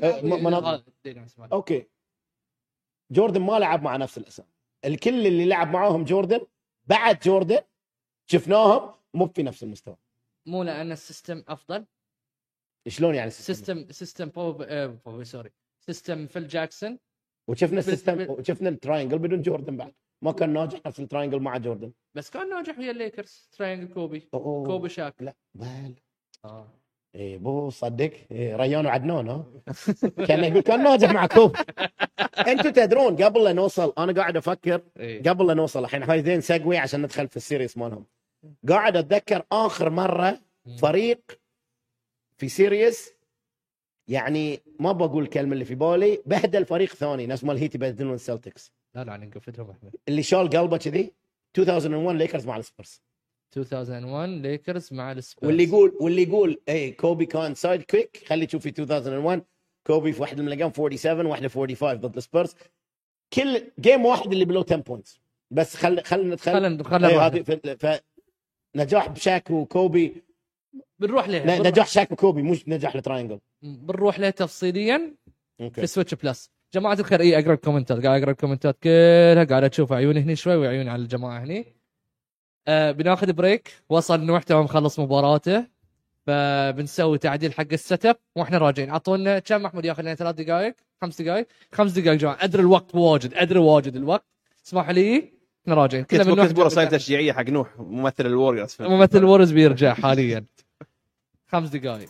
اوكي. جوردن ما لعب مع نفس الاسم. الكل اللي لعب معاهم جوردن بعد جوردن شفناهم مو في نفس المستوى. مو لان السيستم افضل. شلون يعني سيستم سوري سيستم فيل جاكسون، وشفنا السيستم وشفنا التراينجل بدون جوردن بعد ما كان ناجح نفس التراينجل مع جوردن. بس كان ناجح ويا الليكرز تراينجل كوبي شاك. لا بل ايه بو صدق إيه ريان وعدنان كان يقول كان ناجح مع كوبي. انتم تدرون قبل لا نوصل انا قاعد افكر قبل لا نوصل الحين هاي زين سقوي عشان ندخل في السيريس مالهم. قاعد اتذكر اخر مره فريق في سيريس، يعني ما بقول الكلمه اللي في بالي، بهدل فريق ثاني نفس مال هيتي بهدلون السلتكس. لا نقفلهم احنا. اللي شال قلبه كذي 2001 ليكرز مع السبيرز. 2001 ليكرز مع السبيرز. واللي يقول اي كوبي كان سايد كويك، خلي تشوف في 2001 كوبي في واحد من الايام 47 واحده 45 ضد السبيرز. كل جيم واحد اللي بلو 10 بوينتس. بس خلينا هذه نجاح بشاك وكوبي بنروح له. نجاح شاك وكوبي مش نجاح التراينجل. بنروح له تفصيليا في سويتش بلس. جماعه الخير اقرا الكومنتات، قاعد اقرا الكومنتات كلها، قاعد اشوف عيوني هني شوي وعيوني على الجماعه هني. بناخذ بريك. وصل نوح تو مخلص مباراته، فبنسوي تعديل حق السيت اب واحنا راجعين. اعطونا كم محمود ياخذ لنا 3 دقائق 5 دقائق 5 دقائق جماعه. ادري الوقت واجد الوقت، اسمح لي احنا راجعين. كلها من نوح رسائل تشجيعيه حق نوح ممثل الوريورز بيرجع حاليا 5 دقائق.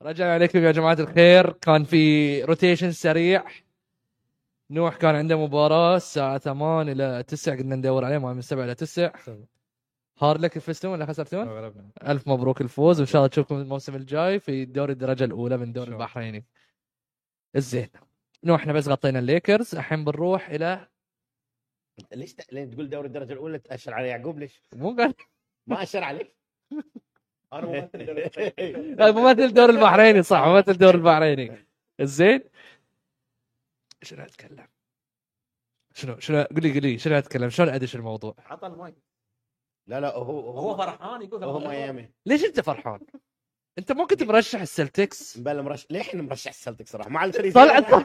رجع عليكم يا جماعة الخير. كان في روتيشن سريع. نوح كان عنده مباراة الساعة 8 إلى 9 قلنا ندور عليه ما من 7 إلى 9. هارلك فزتون ولا خسرتون؟ ألف مبروك الفوز وإن شاء الله تشوفكم الموسم الجاي في دوري الدرجة الأولى من دوري البحريني. الزين نوح احنا بس غطينا الليكرز. الحين بنروح إلى ليش لين تقول دوري الدرجة الأولى تأشر على يعقوب ليش؟ مو قال ما أشر عليك. انا ممثل دوري ممثل الدور البحريني صح ممثل الدور البحريني. الزين شنو اتكلم؟ شنو قولي شنو اتكلم؟ شلون ادش الموضوع؟ عطى المايك. لا هو فرحان يقول هو ميامي. ليش انت فرحان؟ انت مو كنت مرشح السلتكس؟ بلا مرشح ليه احنا مرشح السلتك صراحه مع الفريق طلعت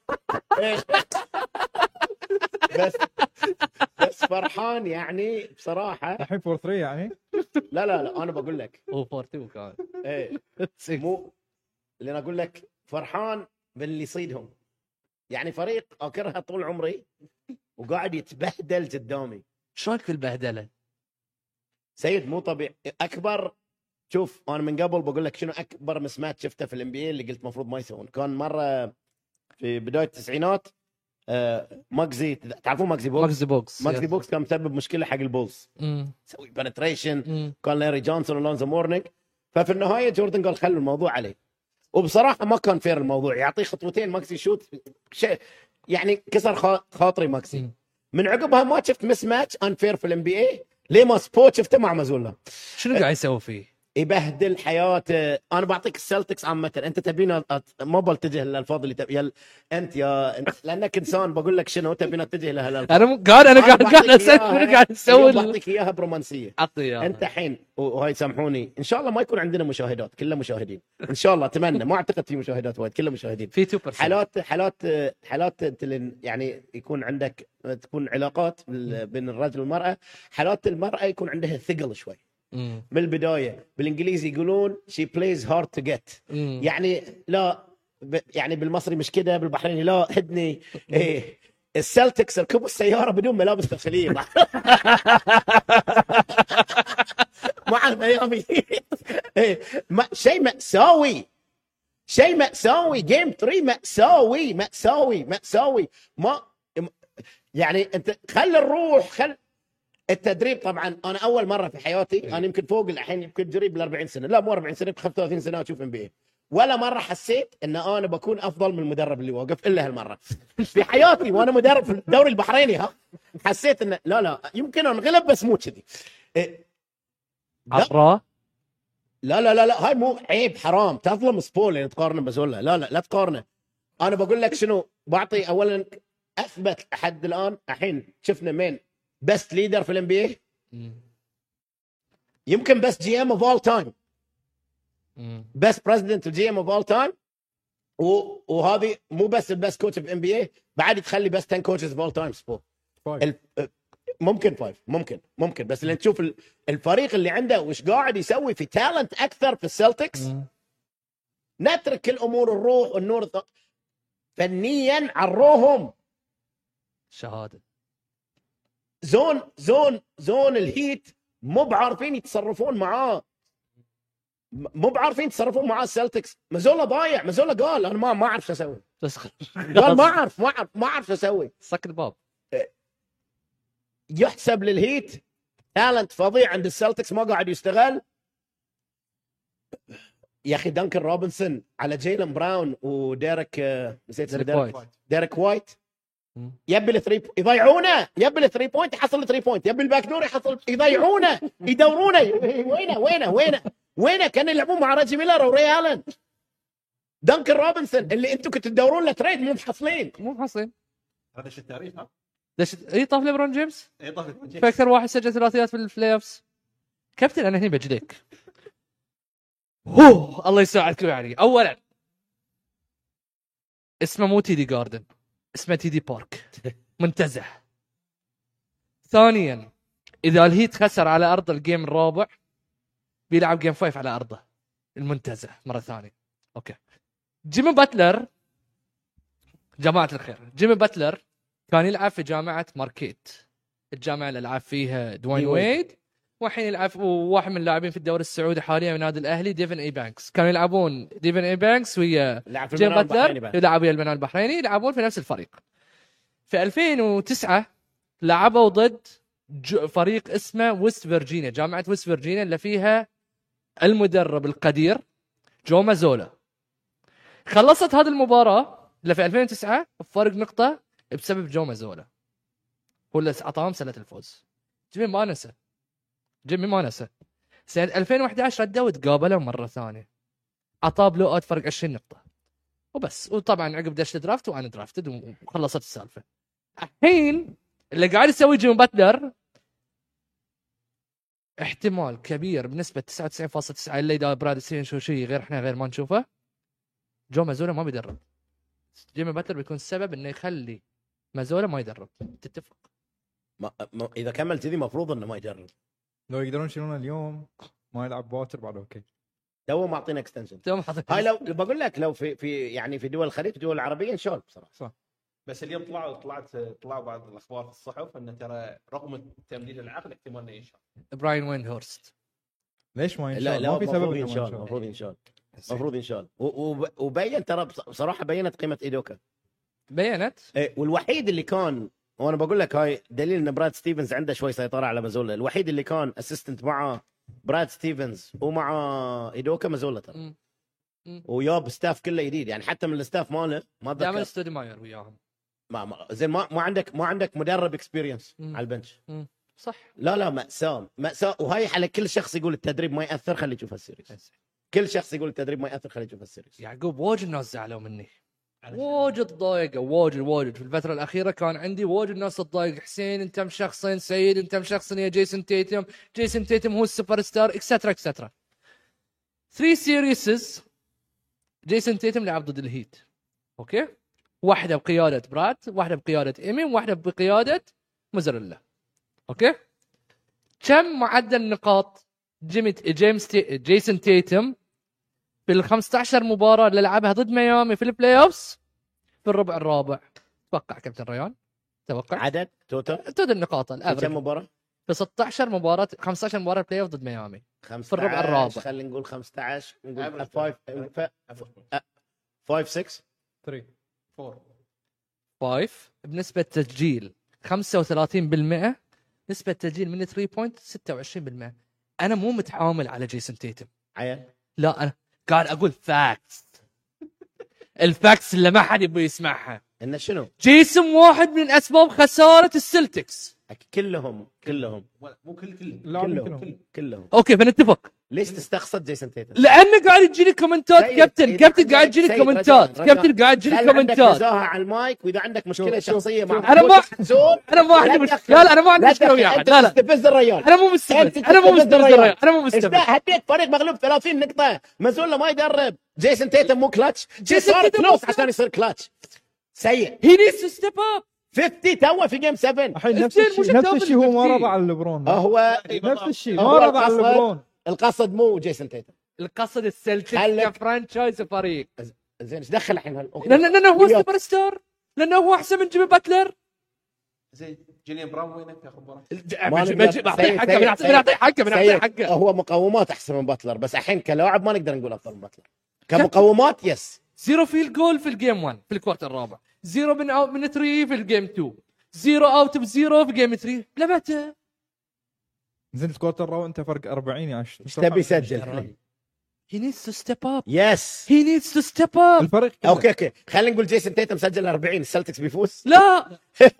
بس فرحان يعني بصراحه. الحين 4-3 يعني. لا انا بقول لك هو 4-2 كان ايه مو اللي انا اقول لك فرحان باللي يصيدهم. يعني فريق اكرهه طول عمري وقاعد يتبهدل قدامي. شو رايك في البهدله؟ سيد مو طبيعي. اكبر شوف انا من قبل بقول لك شنو اكبر مسمات شفته في الام بي اللي قلت المفروض ما يسوون. كان مره في بدايه التسعينات ماكزي تعرفون ماكزي بوكس. ماكزي بوكس كان مسبب مشكله حق البولز. سوي بنتريشن كان لاري جونسون ولونزو مورنينج. ففي النهايه جوردن قال خلوا الموضوع عليه. وبصراحه ما كان فير الموضوع. يعطيه خطوتين ماكسي شوت شيء يعني كسر خاطري ماكسي. من عقبها ما شفت مس ماتش انفير في الام بي اي. ليه ما سبوت شفته مع مازولا شنو قاعد يسوي فيه؟ يبهدل حياته. انا بعطيك السلتكس عامه. انت تبينا ما بلتجه للالفاظ اللي تبي انت يا لانك انسان. بقول لك شنو تبينا اتجه لها الالفاظ. انا قاعد اسال شنو قاعد تسوي. بعطيك اياها برومانسيه. عطي انت الحين وهاي سامحوني ان شاء الله ما يكون عندنا مشاهدات. كلها مشاهدين ان شاء الله. اتمنى. ما اعتقد في مشاهدات وايد. كلها مشاهدين. في 2% حالات يعني يكون عندك تكون علاقات بين الرجل والمراه. حالات المراه يكون عندها ثقل شوي من البدايه. بالانجليزي يقولون she plays hard to get. يعني لا يعني بالمصري مش كده. بالبحريني لا هدني. ايه السلتكس ركبوا السياره بدون ملابس داخليه مع الميامي. ايه شيء مأساوي. جيم 3 مأساوي. ما يعني انت خل الروح التدريب. طبعا انا اول مره في حياتي انا يمكن فوق الحين يمكن تدريب ال 40 سنه. لا مو 40 سنه ب 35 سنه اشوف ام بي. ولا مره حسيت ان انا بكون افضل من المدرب اللي واقف الا هالمره في حياتي وانا مدرب في الدوري البحريني. حسيت ان لا يمكن انغلب بس مو كذي. لا هاي مو عيب حرام. تظلم سبول اللي تقارنه بزولا. لا تقارنه. انا بقول لك شنو بعطي. اولا اثبت لحد الان الحين شفنا مين بست ليدر في الام بي. يمكن بس جي ام اوف اول تايم. بس بريزيدنت الجي ام اوف اول تايم. وهذه مو بس البست كوتش في ام بي اي بعد تخلي بس 10 كوتشز اوف اول تايم سبور. ممكن 5 ممكن بس اللي تشوف الفريق اللي عنده وش قاعد يسوي في تالنت اكثر في السلتكس. نترك كل امور الروح والنور فنيا عروهم شهاده. زون الهيت مو بعارفين يتصرفون معاه. السلتكس. مازولا ضايع. مازولا قال انا ما اعرف شو اسوي. قال ما اعرف شو اسوي. سك الباب. يحسب للهيت تالنت فظيع عند السلتكس ما قاعد يشتغل. يا اخي دانكن روبنسون على جيلن براون وديريك نسيت ديريك وايت. يبي الثري يضيعونه. يبي الثري بوينت يحصل الثري بوينت. يبي الباك دور يحصل. يضيعونه يدورونه. وينه كانوا يلعبون مع راجي ميلر وري الن. دانكن روبنسون اللي انتم كنتوا تدورون له تريد مو محصلين. هذا شو التاريخ ها؟ اي طاف ليبرون جيمس. طاف فاكثر واحد سجل ثلاثيات في البلاي اوفز. كابتن انا هنا بجليك. الله يساعدكم. يعني اولا اسمه مو تيدي جاردن اسمه تيدي بارك منتزه. ثانيا اذا الهيت خسر على ارض الجيم الرابع بيلعب جيم 5 على ارضه المنتزه مره ثانيه. اوكي. جيمي باتلر جماعه الخير. جيمي باتلر كان يلعب في جامعه ماركيت. الجامعه اللي لعب فيها دوين ويد والحين يلعب واحد من اللاعبين في الدوري السعودي حاليا من النادي الاهلي ديفن اي بانكس. كانوا يلعبون ديفن اي بانكس ويا جيم باتلر، يلعب ويا المنال البحريني، يلعبون في نفس الفريق. في 2009 لعبوا ضد فريق اسمه ويست فيرجينيا، جامعه ويست فيرجينيا اللي فيها المدرب القدير جو مازولا. خلصت هذه المباراه اللي في 2009 بفارق نقطه بسبب جو مازولا، هو اللي اعطاهم سنه الفوز. جيمي ما نسى. سنه 2011 ردوا وتقابلوا مره ثانيه، عطاه بلو اوت فرق 20 نقطه وبس. وطبعا عقب دشت درافت وانا درافتد وخلصت السالفه. الحين اللي قاعد يسوي جيم باتلر احتمال كبير بنسبه 99.9 اللي اذا براد ستيفن شو شيء غير احنا غير ما نشوفه، جو مازولا ما بيدرب. جيمي باتلر بيكون السبب انه يخلي مازولا ما يدرب. تتفق؟ اذا كمل كذي مفروض انه ما يجرب. لو يقدرون يشيلونه اليوم ما يلعب بواتر بعد اوكي. تو معطينا اكستنشن. هاي لو بقول لك لو في يعني في دول الخليج الدول العربيه ان شاء الله بصراحه صح. بس اليوم طلعوا بعض الاخبار في الصحف انه ترى رغم تمديد العقد احتمال انه ينشال. براين ويندهورست ليش ما ينشال؟ لا ما في سبب ينشال. المفروض ينشال. وبين ترى بصراحه بينت قيمه ايدوكا. بينت. والوحيد اللي كان، وانا بقول لك هاي دليل ان براد ستيفنز عنده شوي سيطره على مازولا. الوحيد اللي كان اسيستنت مع براد ستيفنز ومع ايدوكا مازولا ترى. وياب ستاف كله جديد يعني، حتى من الستاف ماله ما اتذكر. دائما ستودي ماير وياهم. زين ما عندك مدرب اكسبيرينس على البنش. صح. لا مأساة. وهاي على كل شخص يقول التدريب ما يأثر خليه يشوف السيريز. كل شخص يقول التدريب ما يأثر خليه يشوف السيريز. يعقوب واجد الناس زعلوا مني، واجد ضايقوا واجد في الفترة الأخيرة. كان عندي واجد ناس تضايق. حسين أنت مشخصن، سعيد أنت مشخصن يا جيسون تيتم هو السوبر ستار اكسترا 3 سيريسز جيسون تيتم لعب ضد الهيت، اوكي، واحدة بقيادة براد، واحدة بقيادة ايمي، واحدة بقيادة موزاريلا، اوكي. كم معدل نقاط جيسون تيتم في ال 15 مباراة اللي لعبها ضد ميامي في البلاي اوفز في الربع الرابع؟ توقع كابتن ريان، توقع عدد توتال النقاط الافرج. كم مباراة؟ في 16 مباراة 15 مباراة بلاي اوف ضد ميامي في الربع الرابع. خلينا نقول 15، نقول 5 6 3 4 5 بنسبة تسجيل 35%، نسبة تسجيل من 3 بوينت 26%. أنا مو متحامل على جيسون تيتم عيال، لا، أنا قاعد أقول فاكس. الفاكس اللي ما حد يبغى يسمعها. إنه شنو؟ جيسون واحد من أسباب خسارة السلتكس. كلهم مو كلهم. أوكي فنتفق. ليش تستقصد جيسون تيتم؟ لأنه قاعد يجيني كومنتات. كابتن قاعد يجيني كومنتات. كابتن قاعد يجيني كومنتات. عندك نزاهة على المايك، وإذا عندك مشكلة شخصية مع أنا ما عندي مشكلة. لا أنا ما عندي مشكلة وياه. لا تستفز الرجال. أنا مو مستفز. هديت فريق مغلوب 30 نقطة، مازولا ما يدرب. جيسون تيتم مو كلاتش. صار كلوس عشان يصير كلاتش. سيء. He needs to step up. 50 توه في جيم 7. الحين نفس الشيء هو ما رضى على ليبرون. هو نفس الشيء ما رضى على ليبرون. القصد مو جيسون تيتم، القصد السلتكس كفرانشايز فريق. زين ايش دخل الحين؟ لانه هو سوبر ستار، لانه هو احسن من جيمي باتلر. زين جيليان براون وينك تاخذ مباراه؟ بنعطيه حقه. هو مقومات احسن من باتلر، بس الحين كلاعب ما نقدر نقول افضل من باتلر. كمقومات يس. 0 فيل جول في الجيم 1 في الكوارتر الرابع، 0 من 3 في الجيم 2، 0 اوت ب0 في جيم 3. لمتى؟ زين الكوارتر الرابع انت فرق 40 يا عش. ايش تبي يسجل؟ He needs to step up. يس He needs to step up. الفريق اوكي خلينا نقول جيسون تيتم سجل 40، السلتكس بيفوز؟ لا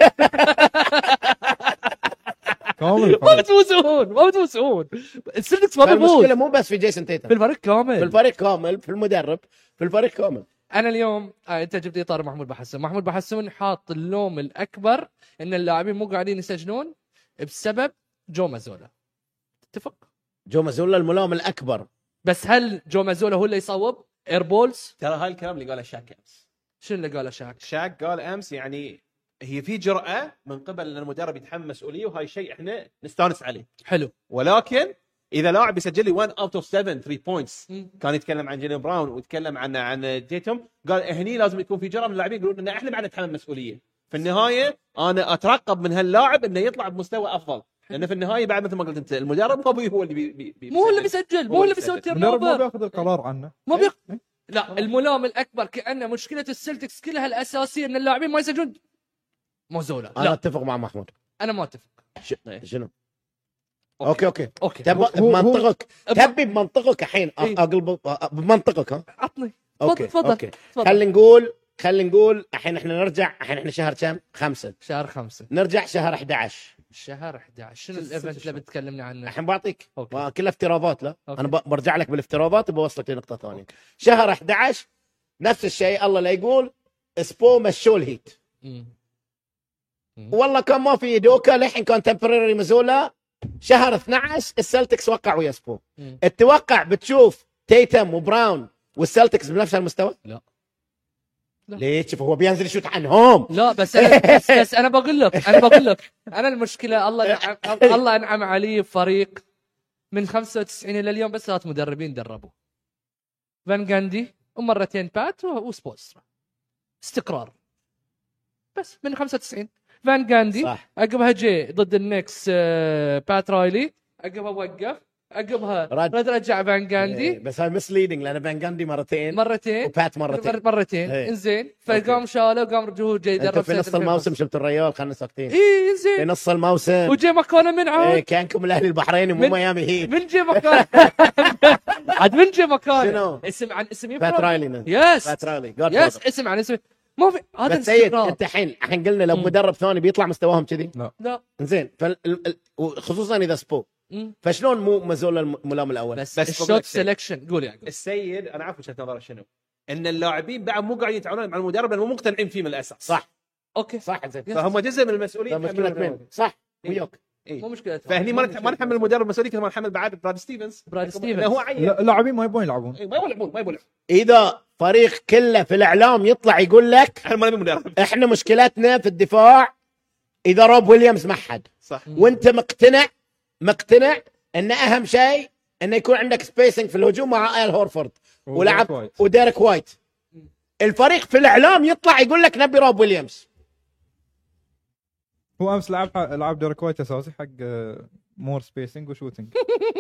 كامل. ما بتفوزون. السلتكس ما بيفوز. المشكلة مو بس في جيسون تيتم، في الفريق كامل، في المدرب، في الفريق كامل. انا اليوم انت جبت لي طار محمود بحسون حاط اللوم الاكبر ان اللاعبين مو قاعدين يسجلون بسبب جو مازولا. تتفق؟ جو مازولا الملام الاكبر، بس هل جو مازولا هو اللي يصوب اير بولز؟ ترى هاي الكلام اللي قاله شاك امس. شنو اللي قاله شاك قال امس يعني هي في جرأة من قبل ان المدرب يتحمل مسؤولية، وهاي شيء احنا نستانس عليه. حلو. ولكن اذا لاعب يسجل لي 1 اوت اوف 7 3 بوينتس، كان يتكلم عن جيلين براون ويتكلم عن تيتم، قال هني لازم يكون في جرأة من اللاعبين يقولون ان احنا بعد نتحمل مسؤولية. في النهاية انا اترقب من هاللاعب انه يطلع بمستوى افضل. لان في النهايه بعد مثل ما قلت انت المدرب هو اللي مو هو اللي بيسجل، مو هو اللي بيسوي المدرب ما التيرن بياخذ القرار عنه. ما لا الملام الاكبر كأن مشكله السلتكس كلها الاساسيه ان اللاعبين ما يسجلون موزولا. انا اتفق مع محمود. انا ما اتفق. شنو؟ اوكي اوكي بمنطقك تبي بمنطقك الحين اقلب بمنطقك ها عطني. تفضل. تفضل. خلينا نقول الحين احنا نرجع، الحين احنا شهر كم؟ 5. شهر 5 نرجع شهر 11. شهر 11 شنو الايفنت اللي بتكلمني عنه؟ الحين بعطيك أوكي. كلها افتراضات. لا أوكي. انا برجع لك بالافتراضات وبوصلك لنقطه ثانيه. شهر 11 نفس الشيء، الله لا يقول سبو مشوا الهيت. والله كان ما في دوكا للحين كان تمبرري مزولا. شهر 12 السلتكس وقع ويا سبو. اتوقع بتشوف تيتم وبراون والسلتكس بنفس المستوى؟ لا. ليش؟ شوف هو بينزل يشوت عنهم. لا بس انا بقول لك انا المشكله الله انعم علي بفريق من 95 الى اليوم بس 3 مدربين دربوا، فان جاندي ومرتين بات وسبوسترا. استقرار بس من 95. فان جاندي صح. عقبها جي ضد النكس بات رايلي، عقبها وقف، عقبها رجع فان جاندي. بس هاي مسليدنج لان فان جاندي مرتين وبات مرتين. انزين فقام شالوا قام رجعوا جاي يدرب في نص الموسم. شفت الريال خلنا ساكتين. انزين في نص الموسم وجي مكانه من عاد كانكم الاهلي البحريني مو ميامي هيت. من جي مكان عاد من جي مكان شنو؟ اسم عن اسم بات رايلي. يس بات رايلي اسم عن اسم. ما في هذا بس سيد انت الحين قلنا لو مدرب ثاني بيطلع مستواهم كذي؟ لا زين خصوصا اذا سبو. فشلون مو مازولا الملام الاول؟ بس الشوت سelection. قول يعني السيد انا عارف وجهه نظره شنو، ان اللاعبين بعد مو قاعدين يتعاونون مع المدرب لانه مو مقتنعين فيه من الاساس. صح. اوكي صح زين. فهم جزء من المسؤوليه. مشكله من صح وياك. مو مشكله. فهني ما نحمل المدرب مسؤوليه كما نحمل بعد براد ستيفنز. هو عين اللاعبين ما يبون يلعبون. ما يلعبون. اذا فريق كله في الاعلام يطلع يقول لك احنا ما نبي مدرب، احنا مشكلتنا في الدفاع اذا روب ويليامز محد. صح. وانت مقتنع ان اهم شيء انه يكون عندك سبيسنج في الهجوم مع آل هورفورد ولعب وديريك وايت. الفريق في الاعلام يطلع يقول لك نبي روب ويليامز. هو امس لعب ديريك وايت اساسي حق مور سبيسنج وشوتنج.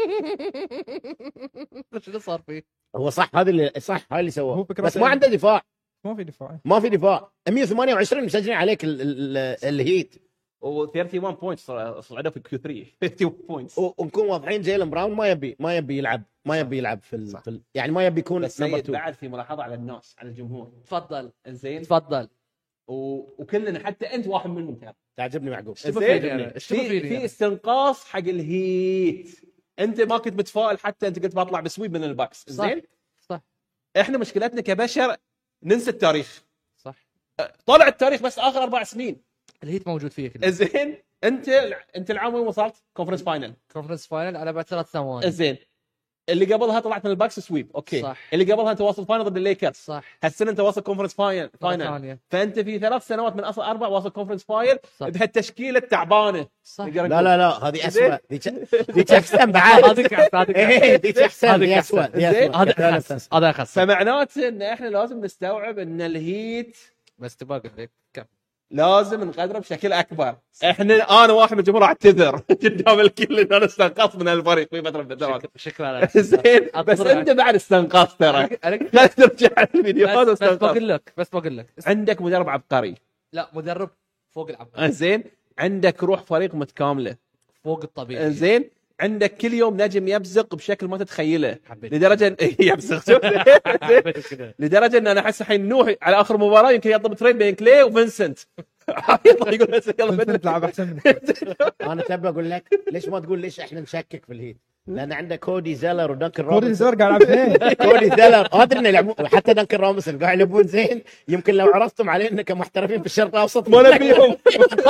ايش اللي صار فيه؟ هو صح هذا اللي صح هاي اللي سواه، بس ما يعني عنده دفاع. ما في دفاع 128 مسجلين عليك الهيت و 31 بوينتس صعدوا في كيو 3. 51 بوينتس. ونكون واضحين جيلن براون ما يبي يلعب في يعني ما يبي يكون نمبر 2. بعد في ملاحظه على الناس على الجمهور. تفضل. زين تفضل. وكلنا حتى انت واحد منهم ترى تعجبني معقوب. في استنقاص حق الهيت. انت ما كنت متفائل، حتى انت قلت بطلع بسويب من الباكس. زين صح. احنا مشكلتنا كبشر ننسى التاريخ. صح. طلع التاريخ بس اخر 4 سنين الهيت موجود فيه كله. زين انت العام وين وصلت؟ كونفرنس فاينل على بعد 3 ثواني. زين اللي قبلها طلعت من الباكس سويب. اوكي صح. اللي قبلها انت واصل فاينل ضد الليكرز. صح. هالسنه انت واصل كونفرنس فاينل. فانت في 3 سنوات من اصل 4 واصل كونفرنس فاينل بهالتشكيله التعبانه. صح. لا هذه اسوء. ذيك احسن بعد. ذيك احسن. هذه اسوء. هذا اخس. فمعناته ان احنا لازم نستوعب ان الهيت بس تبغى لك لازم نقدره بشكل اكبر. انا واحد من الجمهور اعتذر قدام الكل ان انا استنقصت من الفريق في فتره من الفترات. شكرا لك. زين بس انت بعد استنقصت ترى. خلينا نرجع الفيديوهات. بس بقول لك عندك مدرب عبقري. لا مدرب فوق العبقري. زين عندك روح فريق متكامله فوق الطبيعي. زين عندك كل يوم نجم يبزق بشكل ما تتخيله. لدرجه يبزق لدرجه ان انا احس الحين نوح على اخر مباراه يمكن يطلب تريد بين كلي وفينسنت. يطلع يقول بس يلا تلعب احسن من انا تبي اقول لك ليش ما تقول ليش احنا نشكك في الهيت؟ لان عندك كودي زيلر ودانكن روبنسون. كودي زيلر قاعد يلعب اثنين. كودي زيلر ادري انه يلعبون، حتى دانكن روبنسون قاعد يلعبون زين. يمكن لو عرفتم علينا كمحترفين في الشرق الاوسط ما نبيهم.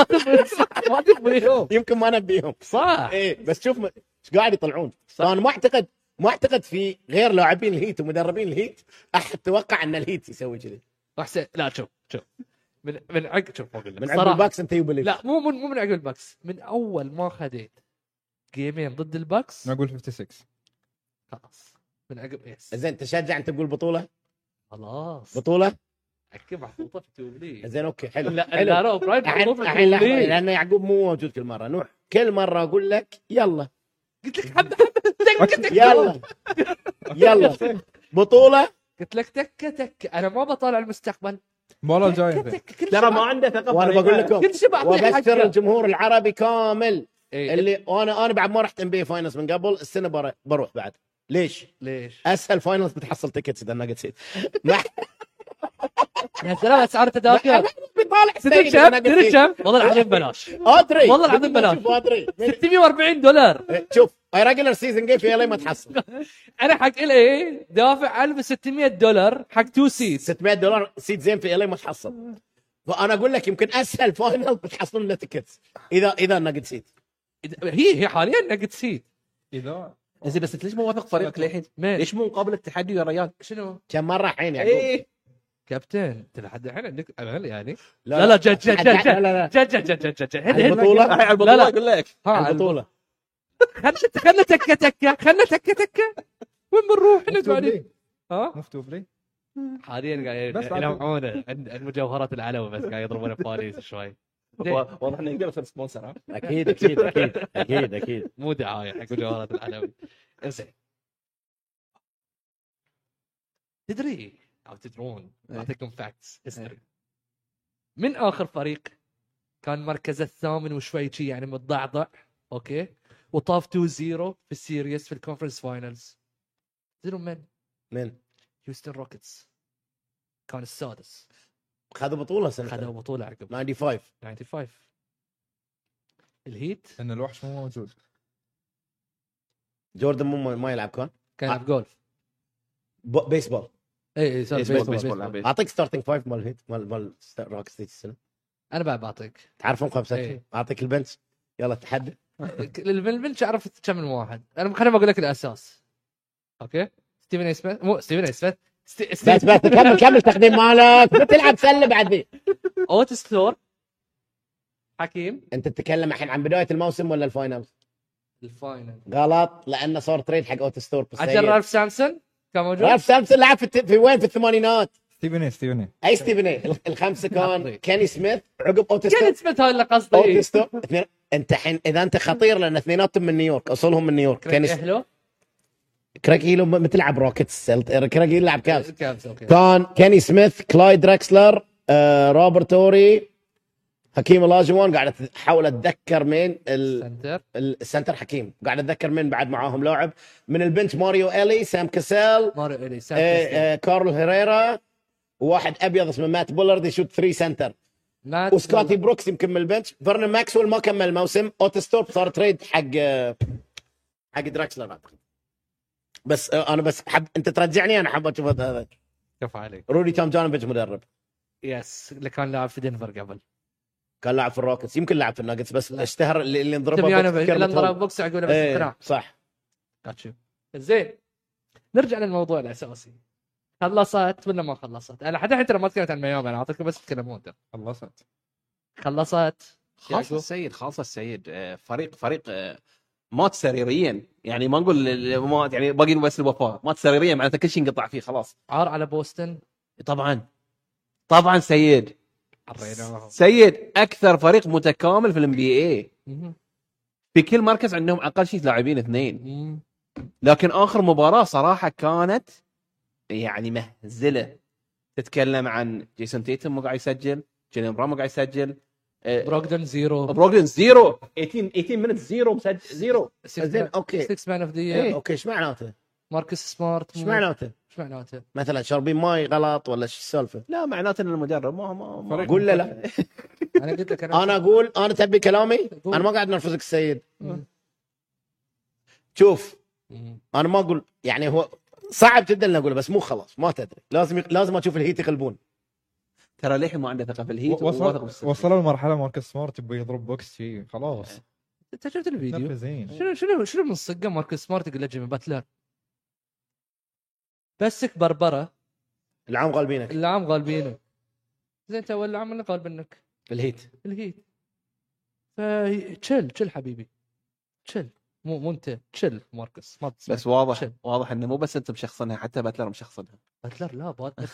ما تبيهم يمكن ما نبيهم. صح. ايه بس شوف ايش قاعد يطلعون. انا ما اعتقد في غير لاعبين الهيت ومدربين الهيت احد توقع ان الهيت يسوي كذي. حسين لا شوف من عقب شوف من عقب الباكس انت يوبلي. لا مو من عقب الباكس، من اول ما خذيت جيمين ضد الباكس اقول 56 خلاص من عقب ايس. زين تشجع انت تقول بطوله؟ خلاص بطوله عقب محطوطه في توبلي. زين اوكي حلو. لا روب رايت الحين لحظه لان يعقوب مو موجود كل مره. نوح كل مره اقول لك يلا قلت لك حبه حبه يلا يلا بطوله. قلت لك تكه تكه، انا ما بطالع المستقبل. المباراه الجايه تكه تكه كل ترى شيء ما عنده ثقه وانا بفريقه. بقول لكم كل شيء بعطيه وبشتر حقه. الجمهور العربي كامل إيه. اللي انا بعد ما رحت ام بي فاينلز من قبل السنه بروح بعد. ليش؟ اسهل فاينلز بتحصل تيكتس اذا نقص سيت. يا سلام اسعار التذاكر. بيطالع تدري كم؟ تدري كم؟ والله العظيم بلاش. ادري والله العظيم بلاش. ادري $640. شوف ريجلر سيزون جيم في LA ما تحصل. انا حق LA دافع $1600 حق 2 سيت. $600 سيت زين في LA ما تحصل. فانا اقول لك يمكن اسهل فاينل بتحصلون له تيكتس اذا نقد سيت. هي حاليا نقد سيت. اذا زين بس انت ليش مو واثق فريقك للحين؟ ليش مو مقابل التحدي يا ريال؟ شنو؟ كم مره الحين يعقوب؟ ايه كابتن انت لحد الحين عندك امل يعني؟ لا لا جد جد جد لا لا جد جد جد جد جد البطوله على البطوله لا. اقول لك ها البطوله خلنا تكه تكه خلنا تكه تكه وين بنروح احنا بعدين؟ ها مفتوح لي حاليا قاعد بس يلمعونه عند المجوهرات العلوي بس قاعد يضربونه بفاريس شوي. واضح انه يقدر يصير سبونسر ها؟ اكيد اكيد اكيد اكيد اكيد. مو دعايه حق مجوهرات العلوي. زين تدري او تدرون اعطيكم فاكتس هيستوري. من اخر فريق كان مركزه الثامن وشوي شي يعني متضعضع اوكي وطاف 2-0 في السيريس في الكونفرنس فاينلز. تدرون من؟ هيوستن روكيتس كان السادس. خذوا بطوله سنه خذوا بطوله عقب 95. الهيت ان الوحش مو موجود. جوردن ما يلعب كان يلعب جولف. بيسبول. اي بيسبول. اعطيك ستارتنج فايف مال الهيت مال روكس ذيك السنه. انا بعد بعطيك تعرفون خمسه إيه. اعطيك البنش يلا تحدى. البنش اعرف كم من واحد. انا خليني اقول لك الاساس اوكي. ستيفن اي سميث مو ستيفن اي سميث بس كمل تقديم مالك بتلعب سله بعد ذي. اوتس ثور حكيم. انت تتكلم الحين عن بدايه الموسم ولا الفاينل؟ الفاينل غلط لانه صار تريد حق اوتس ثور. اجل رالف سامسون كان موجود. رالف سامسون لعب في وين في الثمانينات. ستيفن اي ستيفن الخمسه كان كيني سميث عقب اوتس ثور. كيني سميث هاي اللي قصدي. اوتس ثور انت الحين اذا انت خطير لان اثنيناتهم من نيويورك اصولهم من نيويورك. كيني كريك هيلو متلعب روكيتس. كريك هيلو لعب كابس. اوكي كان كيني سميث كلايد دريكسلر روبرت توري حكيم الاجوان. قاعد احاول اتذكر من السنتر حكيم. قاعد اتذكر من بعد معاهم لاعب من البنش ماريو الي سام كاسيل كارل هيريرا وواحد ابيض اسمه مات بولارد يشوت 3 سنتر وسكوتي بروكس يمكن من البنش. فيرنر ماكسويل ما كمل الموسم. اوتستورب صار تريد حق دراكسلر اعتقد. بس انا بس حب انت ترجعني انا حاب اشوف هذا. كفو عليك. رودي تومجانوفيتش مدرب. يس اللي كان لاعب في دنفر قبل. كان لاعب في الروكيتس يمكن لاعب في الناجتس بس لا. اشتهر اللي انضربه بوكس عقوله بس اختراع. صح كاتشو. زين نرجع للموضوع الاساسي. خلصت ولا ما خلصت؟ انا حتى ترى ما تكلمت عن ميامي. انا اعطيكم بس تكلمون. خلصت خاص السيد فريق مات سريريا يعني ما نقول ما يعني باقي بس الوفاه مات سريريا معناته كل شيء انقطع فيه خلاص. عار على بوسطن طبعا سيد سيد اكثر فريق متكامل في NBA في كل مركز عندهم اقل شيء لاعبين 2 لكن اخر مباراه صراحه كانت يعني مهزله. تتكلم عن جيسون تيتم مو قاعد يسجل جيلين برام قاعد يسجل بروغدن زيرو 18 minutes زيرو مسجل زيرو. زين اوكي 6 مان اوف ذا اوكي ايش معناته؟ ماركس سمارت ايش معناته؟ مثلا شاربين ماي غلط ولا ايش السالفه؟ لا معناته ان المدرب ما قول لا انا قلت لك انا اقول انا تبي كلامي انا ما قاعد نرفزك السيد. شوف انا ما اقول يعني هو صعب جدا اللي اقوله بس مو خلاص ما تدري لازم اشوف الهيت يقلبون. ترى للحين ما عنده ثقه في الهيت. وصلوا لمرحله ماركس سمارت يبغى يضرب بوكس شيء خلاص. انت شفت الفيديو شنو من صقه ماركس سمارت يقول له جيمي باتلر بسك بربره العام غالبينك زين انت ولا عم غالبينك الهيت تشل حبيبي تشل مو انت تشل ماركس بس واضح انه مو بس انت مشخصنها حتى باتلر مشخصنها. باتلر لا باتلر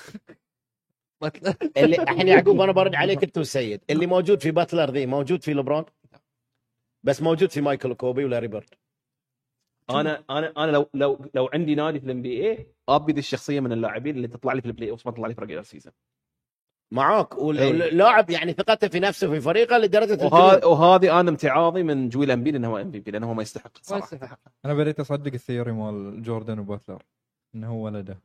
اللي الحين يعقوب انا برد عليك انت والسيد اللي موجود في باتلر ذي موجود في لبرون بس موجود في مايكل كوبي ولاري بيرد. انا لو عندي نادي في الام بي اي ابي ذي الشخصيه من اللاعبين اللي تطلع لي في البلاي اوف ما تطلع لي في ريجلر سيزون. معاك واللاعب يعني ثقته في نفسه في فريقه لدرجه وهذه انا امتعاضي من جويل امبيد انه هو ام في بي لانه هو ما يستحق صراحه. انا بديت اصدق الثيوري مال جوردن وباتلر انه هو ولده.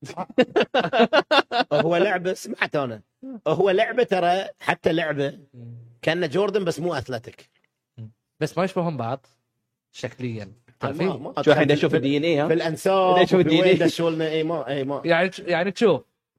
هو لعبه سمعت انا هو لعبه ترى حتى لعبه كان جوردن بس مو اثلتيك بس ما يشبهون بعض شكليا. شو الحين اشوف الدي ان اي في الانساب اشوف الدي ان اي دشولنا اي ما يعني شوف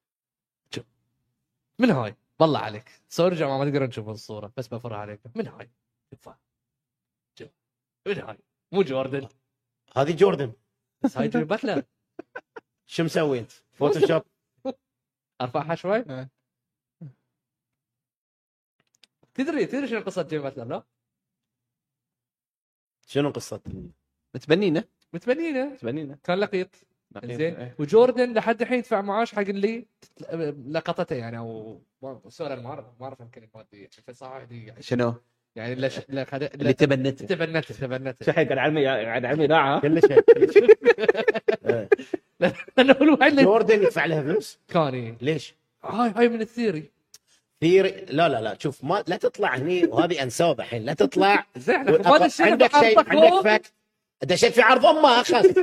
من هاي بالله عليك صور جماعه ما تقدرون تشوفون الصوره بس بفرها عليكم. من هاي شوف من هاي مو جوردن هذه جوردن بس هاي جوي باتلر. شو مسوي انت فوتوشوب؟ ارفعها شوي. تدري شنو قصه جوي باتلر؟ لا شنو قصه متبنينه كان لقيط زين وجوردن لحد الحين يدفع معاش حق اللي لقطته يعني او سوري ما اعرف الكلمه الماديه الفصاحه دي شنو يعني اللي تبنته شو حق على لا كل شيء لانه هو الوحيد جوردن يدفع لها فلوس كاني ليش هاي من الثيري لا شوف ما لا تطلع هني وهذه انساب الحين لا تطلع زين عندك شيء عندك فاكت دشيت في عرض امه اخذ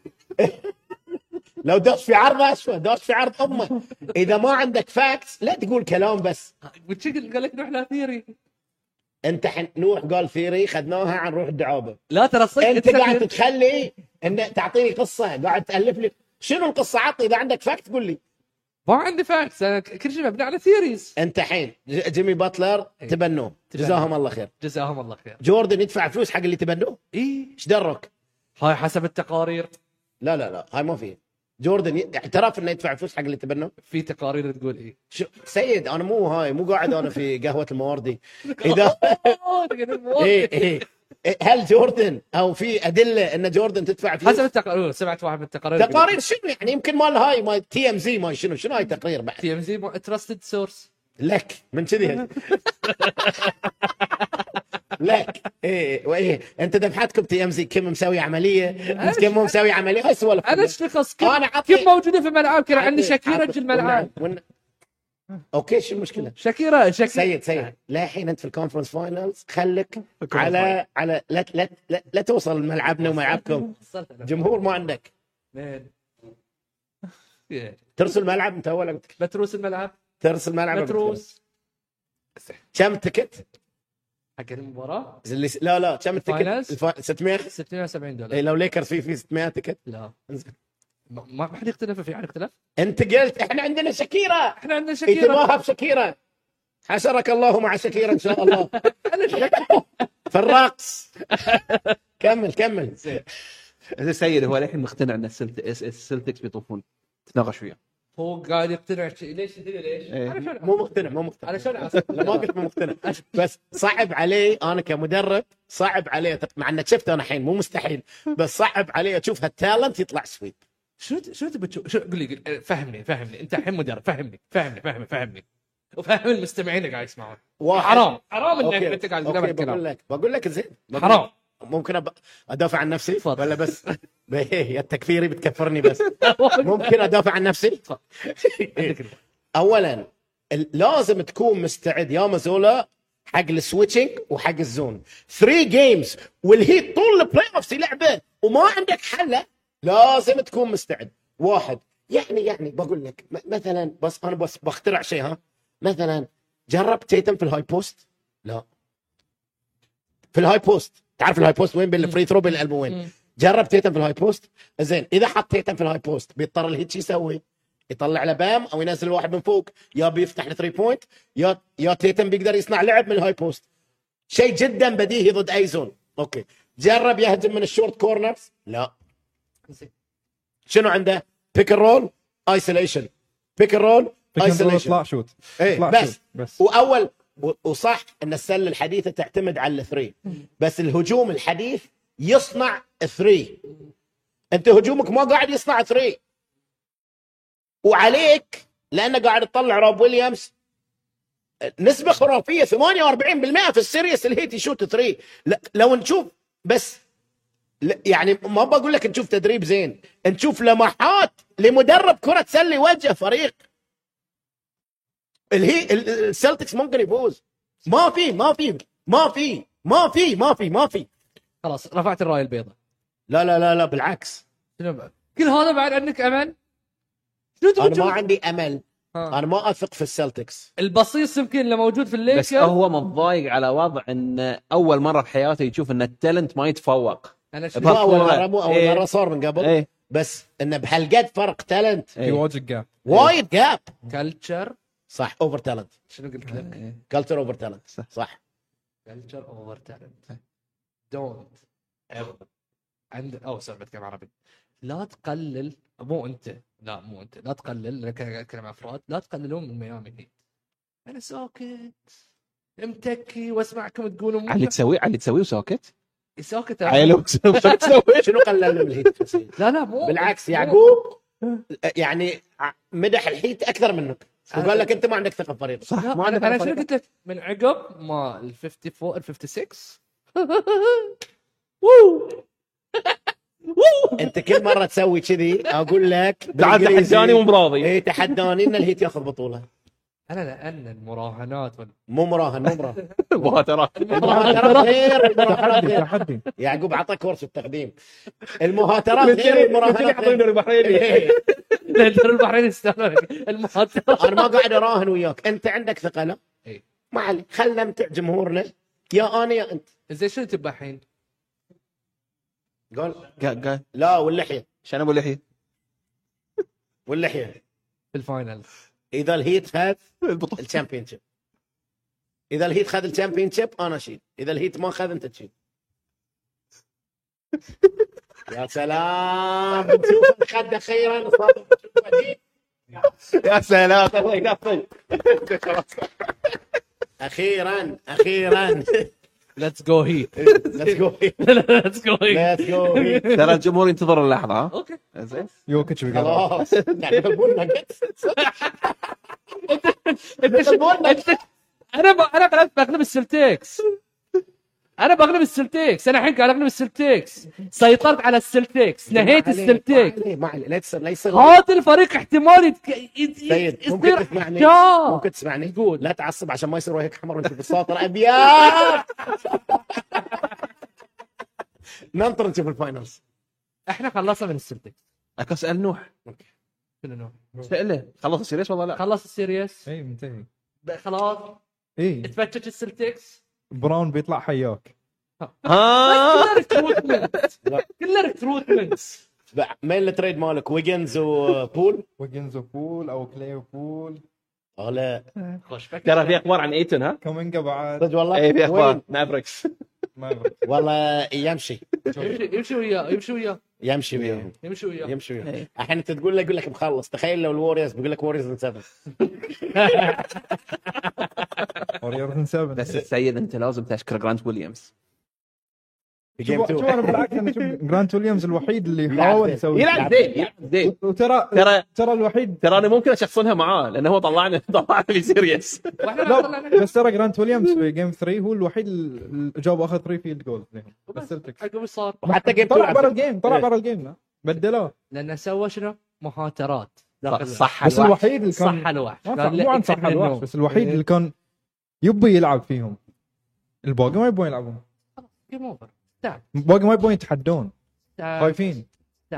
لو دوش في عرض اشوى دوش في عرض امه. اذا ما عندك فاكتس لا تقول كلام بس. وتشقل قال لك نروح لا ثيري انت نوح قال ثيري خذناها عن روح الدعابه. لا ترى صدق انت قاعد تخلي ان تعطيني قصه قاعد تالف لي شنو القصه عطني اذا عندك فاكت قول لي. ما عندي فاكتس انا كل شيء مبني على ثيريز. انت الحين جيمي باتلر تبنوه جزاهم الله خير جوردن يدفع فلوس حق اللي تبنوه ايش درك هاي حسب التقارير. لا هاي ما في جوردن اعترف انه يدفع فلوس حق اللي تبنوه في تقارير تقول سيد انا مو قاعد انا في قهوه المواردي اذا هل جوردن او في ادله ان جوردن تدفع فلوس حسب التقارير. سمعت واحد من التقارير تقارير شنو يعني يمكن مال هاي ما تي ام زي ما شنو هاي تقرير بعد تي ام زي تراستد سورس لك من كذي لك وايه انت ذبحتكم تي ام زي كم مسوي عمليه كم مو مسوي عمليه هاي سوالف انا اشتخص كم موجوده في الملعب كان عندي شاكيرا في الملعب اوكي شو المشكله شاكيرا سيد لا الحين انت في الكونفرنس فاينلز خليك على لا توصل ملعبنا وملعبكم جمهور ما عندك ترسل الملعب انت ولا بتروس الملعب ترسل الملعب بتروس كم تكت حق المباراه اللي لا كم التكت 670 دولار لو ليكرز في 600 تكت لا ما حد يختلف في حد يختلف. انت قلت احنا عندنا شاكيرا يتباهى بشاكيرا حشرك الله مع شاكيرا ان شاء الله في الرقص كمل سيد هو الحين مقتنع ان السلتكس بيطوفون تناقش وياه هو قاعد يقتنع ليش مو مقتنع على شلون ما قلت مو مقتنع بس صعب عليه انا كمدرب صعب عليه مع انه شفته انا الحين مو مستحيل بس صعب عليه اشوف هالتالنت يطلع سويب. شو تبي تشوف قول لي فهمني انت الحين مدرب فهمني وفهم المستمعين اللي قاعد يسمعون. حرام انك انت قاعد تقول الكلام. بقول لك زين حرام. ممكن ادافع عن نفسي ولا بس يا التكفيري بتكفرني بس ممكن ادافع عن نفسي. اولا لازم تكون مستعد يا مازولا حق السويتشنج وحق الزون 3 جيمز والهيت طول البلاي اوفز لعبه وما عندك حله لازم تكون مستعد. واحد يعني بقول لك مثلا بس انا بس بخترع شيء مثلا جرب تيتم في الهاي بوست. لا في الهاي بوست تعرف الهاي بوست وين بين الفري ثرو بين القلبوين جرب تيتم في الهاي بوست. زين اذا حط تيتم في الهاي بوست بيضطر الهيت شو يسوي يطلع له بام او ينزل واحد من فوق يا بيفتح ل3 بوينت يا تيتم بيقدر يصنع لعب من الهاي بوست. شيء جدا بديهي ضد اي زون. اوكي جرب يهجم من الشورت كورنرز. لا شنو عنده بيك رول ايسوليشن بيك رول ايسوليشن اطلع شوت بس واول وصح ان السله الحديثه تعتمد على الثري بس الهجوم الحديث يصنع 3. انت هجومك ما قاعد يصنع 3 وعليك لانه قاعد تطلع روب ويليامز نسبه خرافيه 48% في السيريس الهيت يشوت 3. لو نشوف بس يعني ما بقول لك نشوف تدريب زين، نشوف لمحات لمدرب كره سله يوجه فريق السلتكس ممكن يفوز. ما في خلاص رفعت الرايه البيضاء. لا بالعكس. كل هذا بعد عندك امل؟ انا ما عندي امل. انا ما اثق في السلتكس. البصيص يمكن اللي موجود في الليكر، بس هو متضايق على وضع ان اول مره بحياته يشوف ان التالنت ما يتفوق. انا مو اول مره صار من قبل. بس انه بهالقد فرق تالنت. في واجد جاب، وايد جاب. كلتشر صح، اوفر تالنت. شنو قلت لك؟ كلتشر اوفر تالنت. صح. كلتشر اوفر تالنت. دونت عند سوري بتكلم عربي. لا تقلل، مو انت لا تقلل، لك اتكلم افراد، لا تقللون من ميامي هيت. انا ساكت متكي واسمعكم تقولون علي تسويه وساكت. ساكت عيلو شنو قلل من الهيت؟ لا مو بالعكس، يعقوب يعني مدح الهيت اكثر منك وقال لك انت ما عندك ثقه بفريق. صح. انا شنو قلت لك من عقب ما ال 54 ال 56 انت كل مره تسوي كذي اقول لك تعال تحداني مو براضي. اي تحداني ان الهيت ياخذ بطوله. انا لان المراهنات مو مراهن مهاترات غير المراهنات. تحدي. يعقوب عطى كورس التقديم. المهاترات غير المراهنات. الدوري البحريني المهاترات. انا ما قاعد اراهن وياك، انت عندك ثقه. لا ما علي، خل نمتع جمهورنا، يا انا يا انت. زين شنو تبى الحين؟ قال لا واللحيه. شنو ابو لحيه؟ واللحيه في الفاينل اذا الهيت خذ الشامبيون شيب. اذا الهيت خذ الشامبيون شيب انا اشيل، اذا الهيت ما خذ انت تشيل. يا سلام، بنشوف الخد اخيرا. يا سلام اخيرا ليتس جو هيت. ترى الجمهور ينتظر اللحظه. ها اوكي زين. يوكيتش خلاص انا بغلب السلتكس. انا الحين قاعد اغلب السلتكس. سيطرت على السلتكس، نهيت السلتكس. ما عليه لا يصير. هذا الفريق احتمال سيد يصير ممكن تسمعني قول. لا تعصب عشان ما يصير وجهك احمر وانت بالساطر ابيض. ننطر نشوف الفاينلز. احنا خلصنا من السلتكس. اسال نوح. شنو نوح؟ سأله خلص السيريس ولا لا؟ خلص السيريس. اي منتهي خلاص. اي تفتش السلتكس. براون بيطلع حياك. كله ريكروتمنت. مين التريد مالك؟ ويجنز وبول او كلاي وبول. لا خوش ترى في اخبار عن ايتون. ها كومينجا بعد. صدق والله. اي في اخبار مافريكس. والله يمشي وياه يمشي وياه. الحين انت تقول له يقول لك مخلص. تخيل لو الوريوز بيقول لك ووريوز 7. ووريرز 7. بس سيد انت لازم تشكر جرانت ويليامز. شوف انا بالعكس انا اشوف جرانت ويليامز الوحيد اللي يحاول يسوي يلعب زين. وترى الوحيد. ترى انا ممكن اشخصنها معاه لانه هو طلعنا في سيريس. بس ترى جرانت ويليامز في جيم 3 هو الوحيد اللي جاب اخذ 3 فيلد جولز لهم. بس التكس عقب صار حتى جيم طلع برا الجيم لا بدلوه لانه سوى شنو؟ مهاترات. صح بس الوحيد اللي كان صح الوحش. مو عن صح الوحش بس الوحيد اللي كان يبي يلعب فيهم. الباقي ما يبون يلعبون. جيم اوفر. باقي ما يبون يتحدون. خايفين.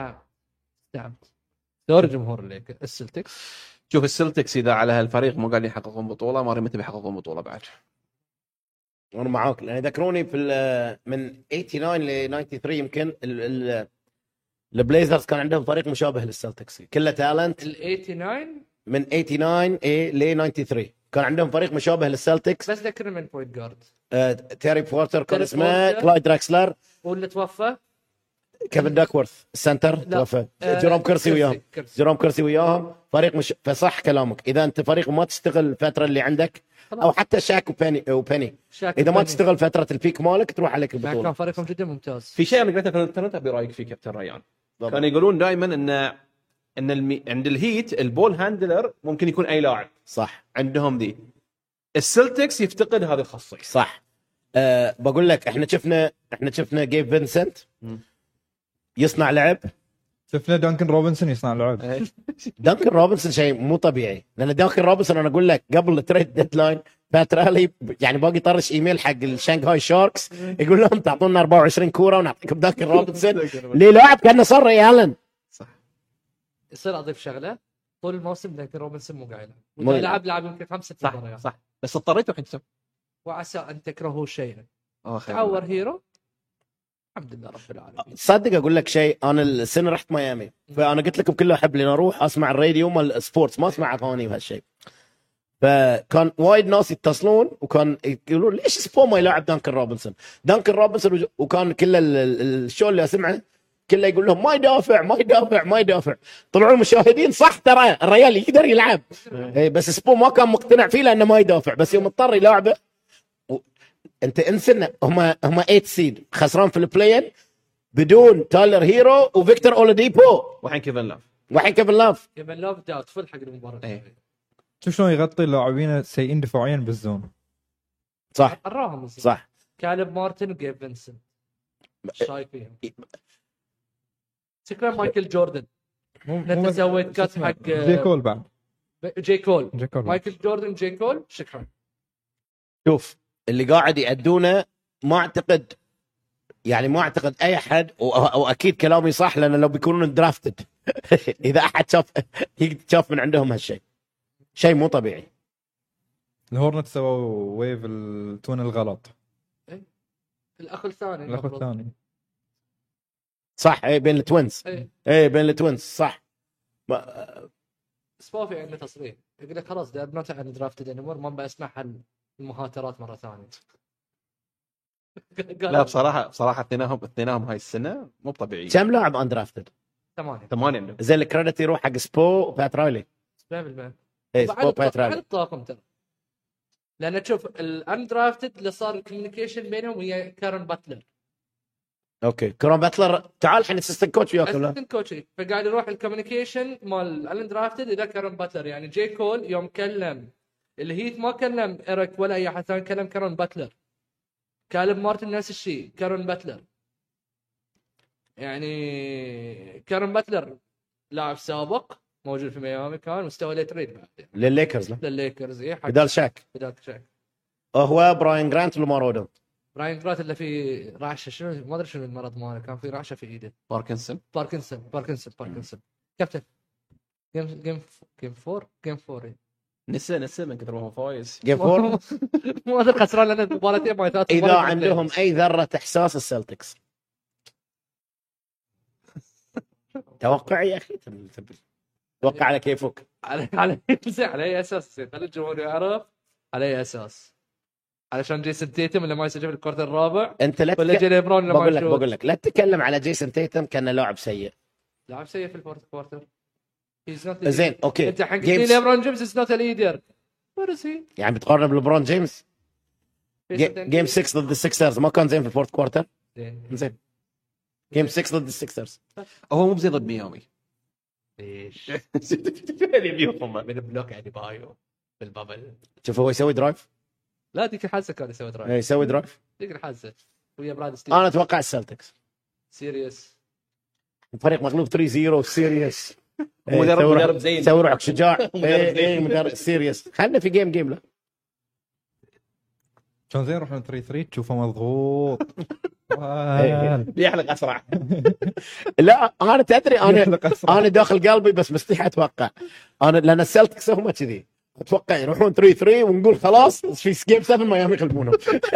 دور جمهور الليك السلتكس. شوف السلتكس اذا على هالفريق مو قاعدين يحققون بطوله ما متى بيحققون بطوله بعد. انا معاك لان يذكروني في من 89 ل 93 يمكن البليزرز كان عندهم فريق مشابه للسلتكس كله تالنت. ال 89 من 89 ل 93 كان عندهم فريق مشابه للسلتكس. بس ذكرني من بوينت جارد. تيري بورتر كان اسمه، كلايد دراكسلر واللي توفى كيفن داكورث السنتر توفى. جيروم كرسي وياهم فريق مش. فصح كلامك اذا انت فريق ما تشتغل الفتره اللي عندك او حتى شاك وبيني اذا ما تشتغل فتره البيك مالك تروح عليك البطوله. كان فريقهم جدا ممتاز. في شيء انا قلته في الانترنت ابي رايك فيه كابتن ريان. كانوا يقولون دائما ان عند الهيت البول هاندلر ممكن يكون اي لاعب. صح عندهم ذي السلتكس يفتقد هذه الخاصيه. صح. بقول لك احنا شفنا جيف فينسنت يصنع لعب. شفنا دانكن روبنسون يصنع لعب. دانكن روبنسون شيء مو طبيعي، لان دانكن روبنسون انا اقول لك قبل التريد ديدلاين باترالي يعني باقي طرش ايميل حق الشانغهاي شاركس يقول لهم تعطونا 24 كوره ونعطيكم دانكن روبنسون ليه لاعب كانه صار ري الن. يصير اضيف شغله طول الموسم دانكن روبنسون مو قاعد مو يلعب لعب يمكن 5 مباريات صح بس اضطريتوا الحين تسوي. وعسى ان تكرهوا شيئا خير. تعور هيرو الحمد لله رب العالمين. صدق اقول لك شيء، انا السنه رحت ميامي فانا قلت لكم كله احب لي اروح اسمع الراديو مال السبورتس ما اسمع اغاني وهالشيء، فكان وايد ناس يتصلون وكان يقولون ليش سبو ما يلاعب دانكن روبنسون وكان كل الشو اللي اسمعه كله يقول لهم ما يدافع. طلعوا المشاهدين صح ترى الريال يقدر يلعب بس سبو ما كان مقتنع فيه لانه ما يدافع، بس يوم اضطر يلاعبه انت انسى هم 8 سيد خسران في البلاين بدون تايلر هيرو وفيكتور اولاديبو وحين كيفن لاف كيفن لاف داوتفل حق المباراه. شوف شلون يغطي اللاعبين سيئين دفاعيا بالزون. صح الراهم صح. كالب مارتن وجيف فينسنت شايفين شكرا مايكل جوردن انت سويت كات حق جي كول بعد جي كول مايكل جوردن جي كول شكرا. شوف اللي قاعد يأدونه ما اعتقد اي احد واكيد كلامي صح لان لو بيكونون درافتد اذا احد شاف من عندهم هالشيء شيء مو طبيعي. الهورنت سووا ويف التون الغلط. الاخ الثاني صح بين التوينز بين التوينز صح. سبوفي عنده تصريح يقول لك خلاص ده نوت عن درافتد انيمور ما بسمع المهاترات مره ثانيه. لا بصراحه اثنينهم هاي السنه مو طبيعي. كم لاعب اندرافتد؟ 8 عندهم. زي الكريدت يروح حق سبو وبات رايلي. سبو بات رايلي الطاقم ترى لان تشوف الاندرافتد اللي صار الكوميونيكيشن بينهم ويا كارن باتلر. اوكي كارن باتلر تعال الحين اسيستنت كوتش وياكم. اسيستنت كوتش فقاعد يروح الكوميونيكيشن مال الاندرافتد اذا كارن باتلر يعني جي كول يوم كلم الهيت ما كلم إيريك ولا اي احد ثاني كلم كارن باتلر. كالب مارتن نفس الشيء كارن باتلر يعني كارن باتلر لاعب سابق موجود في ميامي كان مستوى له تريد بعد للليكرز بدال شاك هو براين جرانت ولا مارودن؟ براين جرانت اللي في رعشه شنو ما ادري شنو المرض ماله كان في رعشه في ايده. باركنسون كابتن جيم 4 نسى من كثر ما هو فايز جيم 4 ما ادري خسران لنا مباراتين ما ثلاث اذا عندهم اي ذره احساس السلتكس توقع يا اخي توقع على كيفك على اي اساس خلي الجمهور يعرف على اي اساس علشان جيسون تيتم اللي ما يسجل في الكورت الرابع انت لا ولا جيلي برون اللي ما بقول لك لا تتكلم على جيسون تيتم كانه لاعب سيء في الفورت كوارتر زين اوكي انت حق ليبرون جيمس از نوت ليدر يعني بتقارن بليبرون جيمس جيم 6 ضد السكسرز ما كان زين في الفورت كوارتر زين جيم 6 ضد السكسرز هو مو زين ضد ميامي ليش اللي بيهم من البلوك يعني بايو بالبابل شوف هو يسوي درايف لا ديك الحادثه كان يسوي درايف يسوي درايف ديك الحادثه ويا براد ستيف انا اتوقع السلتكس سيريس الفريق مغلوب 3-0 سيريس مدرب زين سوي روحك شجاع مدرب سيريس خلنا في جيم لا كان زين رحنا 3-3 تشوفه مضغوط بيحلق اسرع. لا انا تدري انا داخل قلبي بس مستحي اتوقع انا لان السلتكس هم كذي اتوقع يروحون 3-3 ونقول خلاص في جيم 7 ميامي يغلبونه.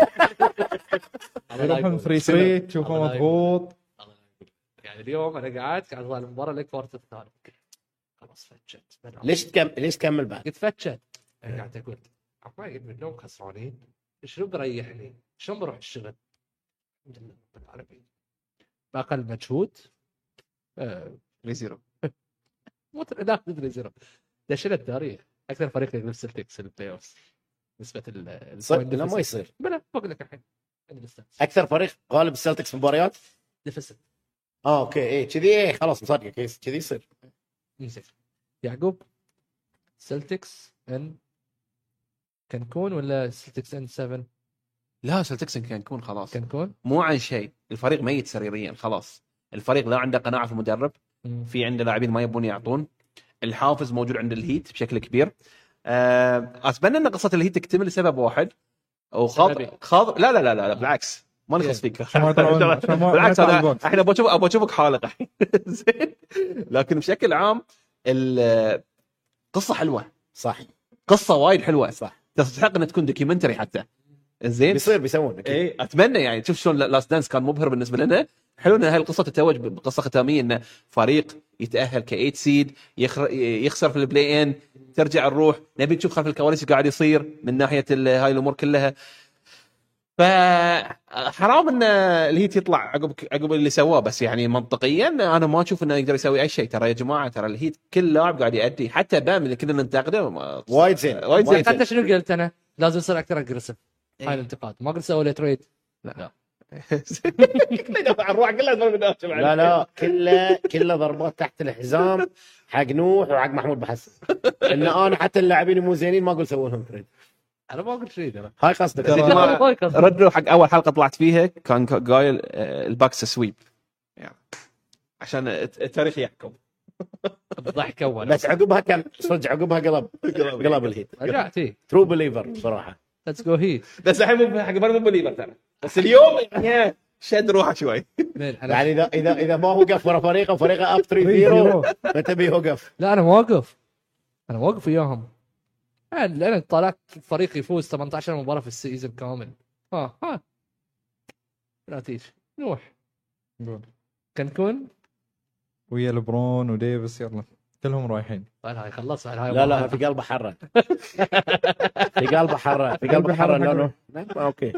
يروحون 3-3 تشوفه مضغوط. يعني اليوم انا قاعد ظل المباراه الكوارتر الثالث خلاص فتشت ليش تكمل بعد؟ قلت فتشت قاعد اقول ما يقدر اليوم خسرانين شنو بريحني شلون بروح الشغل الحمد لله رب العالمين باقل مجهود 3-0 مو لا 3-0 دشنا التاريخ اكثر فريق يغلب السلتكس البلاي اوف نسبه لا ما يصير بلا بقول لك الحين اكثر فريق غالب السلتكس في مباريات ديفيسيت اوكي كذي خلاص مصدق كذي يصير يعقوب سلتكس ان كنكون ولا سلتكس ان 7 لا سلتكس كنكون خلاص كنكون مو عن شيء. الفريق ميت سريريا خلاص. الفريق لا عنده قناعه في المدرب، في عنده لاعبين ما يبون يعطون. الحافز موجود عند الهيت بشكل كبير. اتمنى ان قصه الهيت تكتمل لسبب واحد خاض لا بالعكس ما نخص فيك بالعكس احنا ابغى اشوفك حالق زين. لكن بشكل عام القصه حلوه صح، قصه وايد حلوه صح، تستحق ان تكون دوكيومنتري حتى. زين بيسوون اي اتمنى يعني تشوف شلون لاست دانس كان مبهر بالنسبه لنا. حلو ان هاي القصه تتوج بقصه ختاميه ان فريق يتاهل ك8 سيد يخسر في البلاي ان، ترجع الروح. نبي نشوف خلف الكواليس قاعد يصير من ناحيه هاي الامور كلها. فحرام ان الهيت يطلع عقب اللي سواه، بس يعني منطقيا انا ما اشوف انه يقدر يسوي اي شيء. ترى يا جماعه ترى الهيت كل لاعب قاعد يأدي، حتى بام اللي كنا ننتقده وايد زين وايد زين. حتى شنو قلت انا لازم يصير اكثر اجريسيف. هاي الانتقاد ما قلت سوي له تريد. لا كله يدافع عن الروح، كله لا كله ضربات تحت الحزام حق نوح وحق محمود بحسن. ان انا حتى اللاعبين مو زينين ما اقول سووا لهم تريد. انا ما قلت شيء ترى. هاي قصدك ردوا حق اول حلقه طلعت فيها كان قايل الباكس سويب يعني عشان التاريخ يحكم. الضحك اول بس عقبها كان صدق عقبها قلب الهيت. رجعت ترو بليفر بصراحه. ليتس جو هيت. بس الحين مو حق مو بليفر ترى، بس اليوم يعني شد روحه شوي. يعني اذا ما وقف ورا فريقه وفريقه اب 3-0 ما تبي يوقف. لا انا واقف، انا واقف وياهم. انا طلعت فريق يفوز 18 مباراه في السيزون كامل. ها لا تيجي نوح كنكون ويا لبرون وديفيس يلا كلهم رايحين. هاي خلص. لا في قلبه حره. في قلبه حره لا اوكي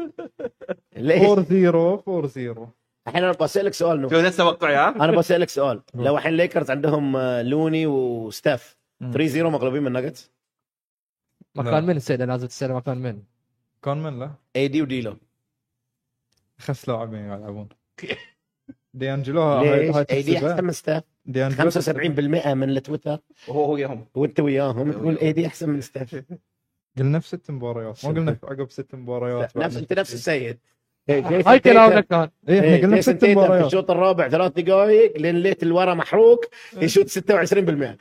4-0. الحين انا بسالك سؤال شو نفس توقعي ها؟ انا بسالك سؤال. لو الحين ليكرز عندهم لوني وستاف 3-0 مغلوبين من الناجتس، مكان من السيد لازم تسال مكان من كان من لا اي دي وديلو خس لاعبين يلعبون. ديانجلو ليش اي دي احسن من ستاف 75% من التويتر وهو وياهم وانت وياهم تقول اي دي احسن من ستاف. قلنا في 6 مباريات ما قلنا عقب 6 مباريات. نفس السيد. هاي كلامنا كان احنا قلنا في 6 مباريات. في الشوط الرابع 3 دقائق لين ليت الورا محروق يشوت 26%.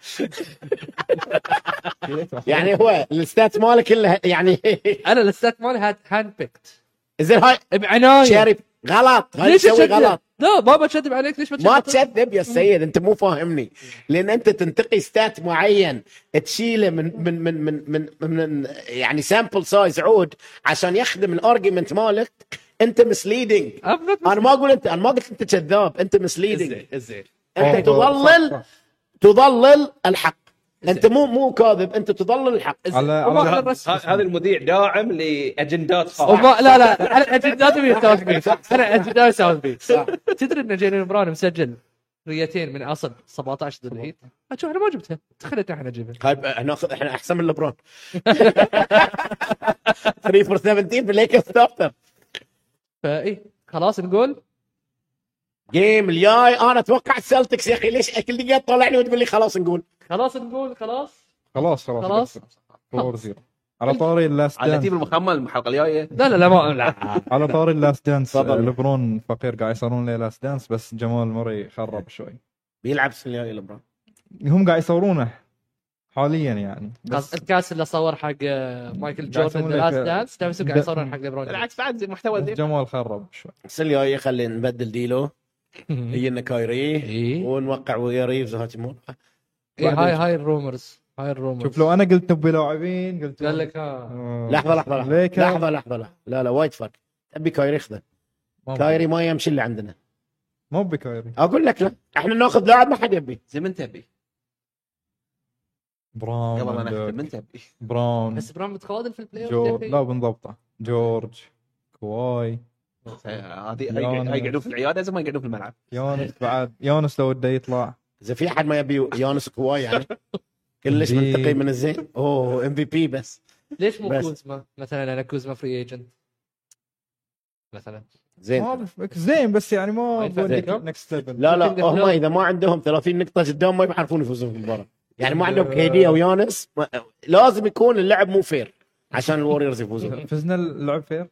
يعني هو الستات ماله كلها يعني انا الستات مالي هاند بيكت زين. هاي بعنايه شارب غلط. هاي تسوي غلط. لا ما بكذب عليك. ليش ما تكذب يا سيد؟ انت مو فاهمني. لان انت تنتقي ستات معين تشيله من يعني سامبل سايز عود عشان يخدم الارجيومنت مالك. انت مسليدنج. انا ما اقول انا ما قلت انت كذاب. انت مسليدنج. انت تضلل الحق. انت مو كاذب، انت تضلل الحق. هذا المذيع داعم لاجندات خاصه. لا اجندات ساوث بيت. انا اجندات ساوث بيت. تدري ان جيلين براون مسجل ريتين من اصل 17 ضد الهيت. اشوف انا ما جبتها، تخليت احنا نجيبها. هاي ناخذ احنا احسن من لبرون. 3 for 17 بالليكرز ستارتر. فاي خلاص نقول جيم الجاي. انا اتوقع السلتكس يا اخي. ليش كل دقيقه تطلعني وتقول لي خلاص نقول 4-0 على طاري اللاست على دانس. تيم المخمل الحلقه الجايه. لا على طاري اللاست دانس. لبرون فقير قاعد يصورون له لاست دانس بس جمال مري خرب شوي. بيلعب السنه الجايه لبرون. هم قاعد يصورونه حاليا يعني. الكاس اللي صور حق مايكل جوردن لاست دانس تمسك قاعد يصورون حق لبرون. بالعكس بعد محتوى زين. جمال خرب شوي. السنه الجايه خلينا نبدل ديلو. يجينا كايري ونوقع ويا ريفز وهاتمون. هاي الرومرز. شوف لو انا قلت نبي لاعبين قلت قال لك لحظه لا وايد فرق. تبي كايري خذه. كايري ما يمشي اللي عندنا. مو بكايري. اقول لك لا احنا ناخذ لاعب ما حد يبي. زي من تبي براون قبل ما نختم من تبي براون. بس براون متخاذل في البلاي اوف. لا بنضبطه. جورج كواي هذه يقعدون في العياده زي ما يقعدون في الملعب. يونس بعد يونس لو بده يطلع. اذا في احد ما يبي يونس كواي يعني كلش منتقي من الزين. ام في بي بس. ليش مو كوزما مثلا؟ انا كوزما فري ايجنت مثلا زين بس يعني ما نكست ليفل. لا هم اذا ما عندهم 30 نقطه قدام ما يعرفون يفوزون في المباراه. يعني ما عندهم كيدي او يونس لازم يكون اللعب مو فير. عشان الوريورز يفوزون. فزنا اللعب فير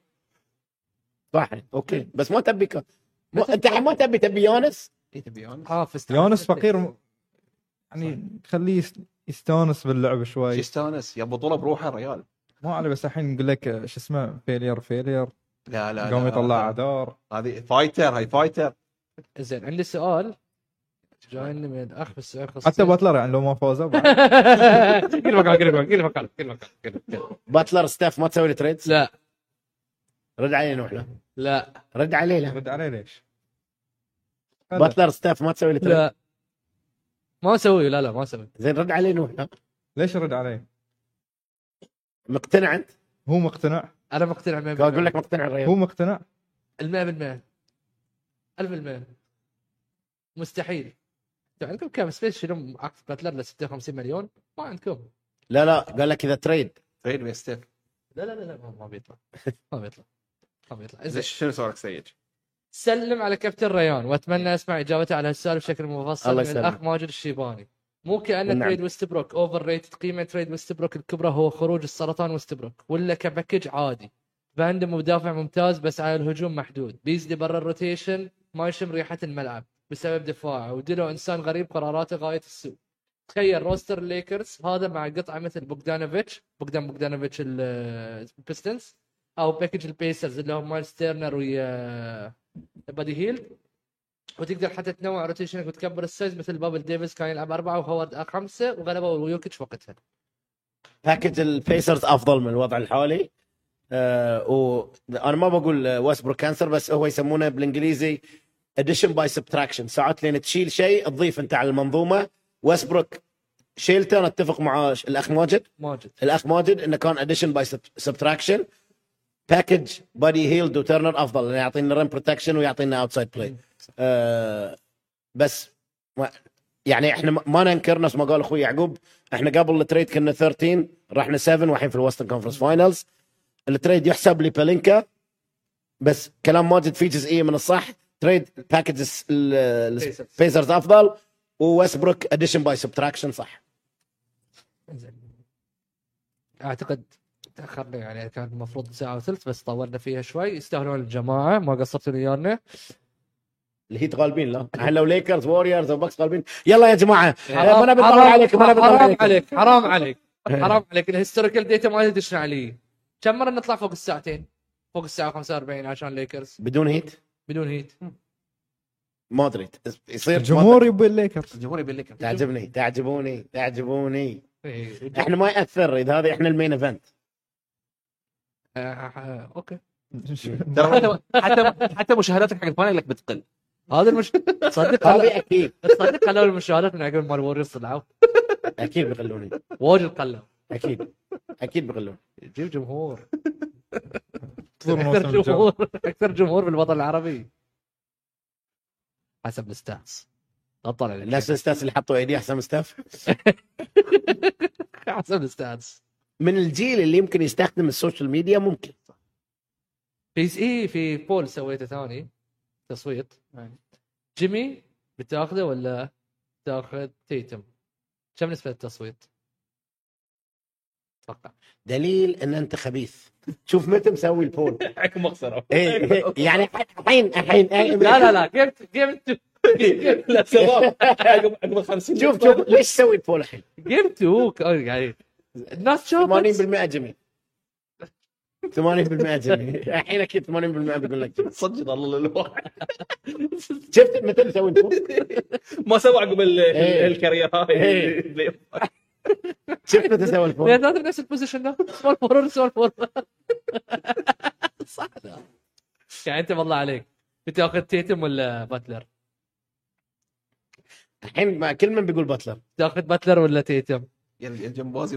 صح اوكي، بس ما تبي انت ما تبي يانس. تبي يانس يونس فقير يعني خليه يستانس باللعب شوي. يستانس يا بطوله بروحه الريال. ما عليه، بس الحين نقول لك شو اسمه فيلير لا قام يطلع اعذار. هذه فايتر، هاي فايتر. زين عندي سؤال جايني من الاخ بالسؤال حتى باتلر يعني لو ما فازوا بعد. كل مكان. باتلر ستاف ما تسوي له تريدز؟ لا رد علينا احنا. لا رد علينا. رد عليه ليش؟ باتلر ستاف ما تسوي له تريدز؟ لا ما اسوي. لا ما اسوي. زين رد علينا احنا. ليش رد عليه؟ مقتنع انت؟ هو مقتنع. انا مقتنع اقول لك مقتنع الريال. هو مقتنع 100%. 1000% مستحيل. عندكم كم سبيس شنو عقد باتلر ل 56 مليون؟ ما عندكم. لا قال لك اذا تريد ويستر. لا ما بيطلع. ما بيطلع. زين شنو سؤالك سيد؟ سلم على كابتن ريان واتمنى اسمع اجابته على هالسؤال بشكل مفصل من الاخ ماجد الشيباني. مو كأن تريد ويستبروك اوفر ريت. قيمه تريد ويستبروك الكبرى هو خروج السرطان ويستبروك، ولا كباكج عادي. فاندم مدافع ممتاز بس على الهجوم محدود. بيزلي برا الروتيشن ما يشم ريحه الملعب بسبب دفاعه، وديلو انسان غريب قراراته غايه السوء. تخيل روستر الليكرز هذا مع قطعه مثل بوغدانوفيتش البيستنز، او باكج البيسرز اللي هم مايلز تيرنر ويا بادي هيل، وتقدر حتى تنوع روتيشنك وتكبر السايز مثل بابل ديفيس كان يلعب 4 وهوارد 5 وغلبوا يوكيتش وقتها. باكج البيسرز افضل من الوضع الحالي. وانا ما بقول ويستبروك كانسر، بس هو يسمونه بالانجليزي addition by subtraction. ساعات لين تشيل شيء تضيف انت على المنظومه. ويستبروك شيلته، انا اتفق مع الاخ ماجد انه كان addition by subtraction. باكج بادي هيلد وترنر افضل لانه يعطينا رن بروتكشن ويعطينا اوتسايد بلاي. بس يعني احنا ما ننكر نفس ما قال اخوي يعقوب، احنا قبل التريد كنا 13 رحنا 7 والحين في الوسترن كونفرنس فاينلز. التريد يحسب لبالينكا، بس كلام ماجد فيه جزئيه من الصح. تريد باكجز البيسرز افضل، وويستبروك اديشن باي سبتراكشن صح. اعتقد تاخرنا يعني، كان المفروض ساعه وثلث بس طولنا فيها شوي. يستاهلون الجماعه، ما قصرتوا ويانا. الهيت غالبين. لا احنا لو ليكرز ووريرز او باكس غالبين. يلا يا جماعه ما نبي نطول عليكم. حرام عليك الهيستوريكال ديتا ما تدشنا عليه. كم مره نطلع فوق الساعتين، فوق الساعه 45 عشان ليكرز بدون هيت ما ادري يصير الجمهور يبي الليكرز. تعجبوني. احنا ما ياثر اذا هذا احنا المين ايفنت. اوكي. حتى مشاهداتك حق الفاينل لك بتقل. هذا تصدق هذا اكيد. تصدق قالوا المشاهدات من عقب مال ووريرز طلعوا. اكيد بيقلوني واجد قلوا. اكيد بيقلون. جيب جمهور. جمهور اكثر جمهور بالوطن العربي حسب الستاتس. طلع الناس الستاتس اللي حطوا ايدي احسن ستاف. حسب الستاتس. من الجيل اللي يمكن يستخدم السوشيال ميديا ممكن. في بول سويته ثاني تصويت. جيمي بتاخذه ولا تاخذ تيتم؟ كم نسبة التصويت؟ اتوقع دليل ان انت خبيث. شوف متى مسوي البول. حكم مخسره. يعني الحين لا جيمت لا شباب عقب 50. شوف ليش تسوي البول الحين؟ جيمت يعني الناس شوفت 80% جيمي. 80% جيمي. الحين اكيد 80% بيقول لك صدق الله للواحد. شفت متى مسوي البول؟ ما سوى عقب الكارير هاي. شفت متى سوى البول؟ هذا نفس البوزيشن ده. سمول فورورد. صح. يعني انت والله عليك بتاخذ تيتم ولا باتلر؟ الحين ما كل من بيقول باتلر. تاخذ باتلر ولا تيتم؟ يا جمبازي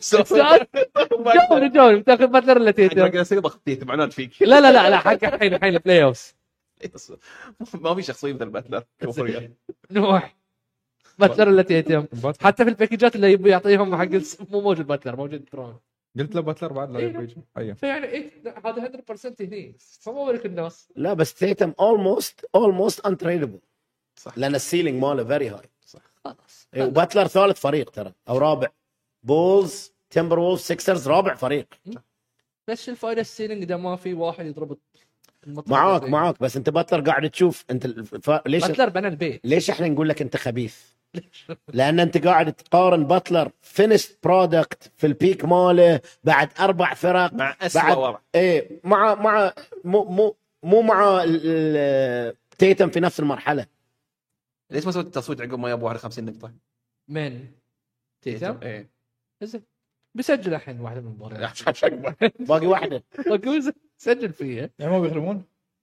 جاوب بتاخذ باتلر ولا تيتم؟ انا قاعد اضغط تيتم عناد فيك. لا حق الحين البلاي اوفز ما في شخصيه مثل باتلر. نوح باتلر ولا تيتم؟ حتى في الباكيجات اللي يبي يعطيهم حق مو موجود باتلر، موجود برون. قلت له باتلر بعد لا يجي. فيعني هذا 100% هني فما بالك الناس. لا بس تيتم almost untradeable. صح. لان السيلينج ماله فيري هاي. صح خلاص. وباتلر ثالث فريق ترى او رابع. بولز تيمبر وولف سيكسرز رابع فريق. بس شو الفائده السيلينج اذا ما في واحد يضرب المطلق؟ معاك بس انت باتلر قاعد تشوف انت ليش باتلر بنى البيت. ليش احنا نقول لك انت خبيث؟ لان انت قاعد تقارن باتلر فينست برودكت في البيك ماله بعد 4 فرق مع اسوء وضع. ايه مع مو مع تيتم في نفس المرحله. ليش ما سويت التصويت عقب ما يابوا على 50 نقطه؟ من تيتم؟ ايه بيسجل الحين واحده من المباريات. باقي واحده سجل فيها يعني ما بيغلبون.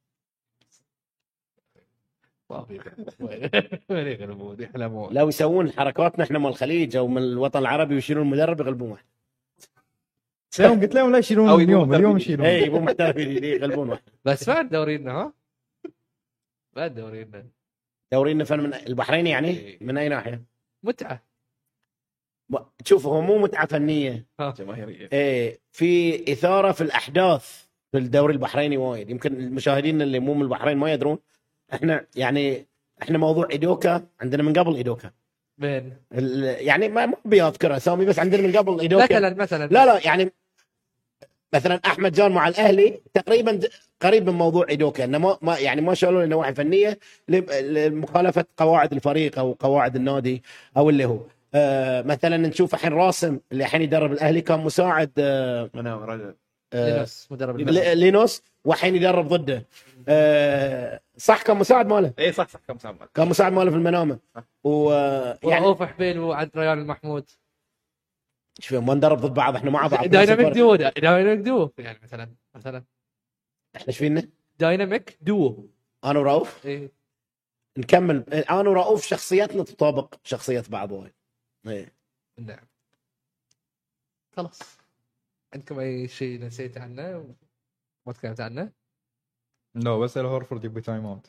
وين يغلبون يحلمون. لو يسوون حركاتنا احنا مال الخليج او من الوطن العربي ويشيلون المدرب يغلبون واحد. اليوم قلت لهم لا يشيلون اليوم يشيلون. اي مو محترفين يغلبون واحد. بس بعد دورينا ها بعد دورينا فن من البحرين يعني من اي ناحيه؟ متعه. تشوف هو مو متعه فنيه جماهيريه. ايه في اثاره في الاحداث في الدوري البحريني وايد. يمكن المشاهدين اللي مو من البحرين ما يدرون احنا موضوع ايدوكا عندنا من قبل ايدوكا. بين يعني ما بيذكر اسامي بس عندنا من قبل ايدوكا. مثلا لا يعني مثلا احمد جان مع الاهلي تقريبا قريب من موضوع ايدوكا انه ما يعني ما شالوا النواحي فنيه لمخالفه قواعد الفريق او قواعد النادي او اللي هو مثلا نشوف الحين راسم اللي الحين يدرب الاهلي كان مساعد لينوس مدرب لينوس والحين يدرب ضده. صح كان مساعد ماله. اي صح كان مساعد ماله في المنامه يعني رؤوف حبيل وعند ريان المحمود. شوف ما ندرب ضد بعض احنا مع بعض. دايناميك دو يعني مثلا احنا ايش فينا؟ دايناميك دو انا ورؤوف. إيه؟ نكمل انا ورؤوف شخصياتنا تطابق شخصية بعض وايد. ايه نعم خلاص. عندكم اي شيء نسيت عنه ما تكلمت عنه؟ لا بس هورفورد يبي تايم اوت.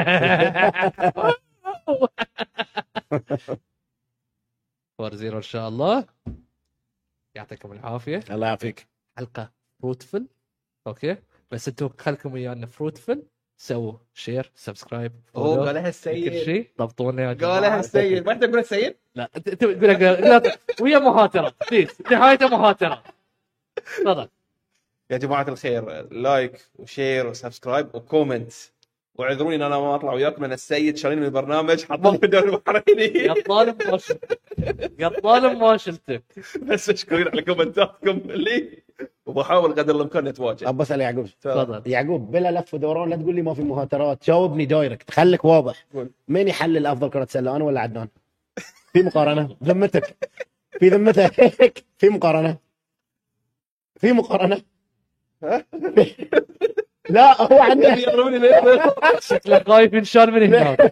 4-0 ان شاء الله. يعطيكم العافيه. الله يعافيك. حلقه فروتفل اوكي بس انتم خلكم ويانا فروتفل. سووا شير سبسكرايب. قالها السيد كل شيء ضبطونا يا جماعه. قالها السيد ما تقول السيد. لا تقول ويا مهاترات بليز نهايته مهاترات. تفضل يا جماعه الخير لايك وشير وسبسكرايب وكومنت واعذروني ان انا ما اطلع وياكم لان السيد شارين من البرنامج حطوه في الدوري البحريني. يا طالب ما شلتك بس مشكورين على كومنتاتكم لي وبحاول قدر الامكان نتواجه. ابى اسال يعقوب. تفضل يعقوب بلا لف ودوران لا تقول لي ما في مهاترات. جاوبني دايركت خليك واضح. مين يحلل افضل كرة سلة انا ولا عدنان؟ في مقارنة ذمتك في ذمتك في مقارنة لا هو عنده شكلك خايف انشال من هناك.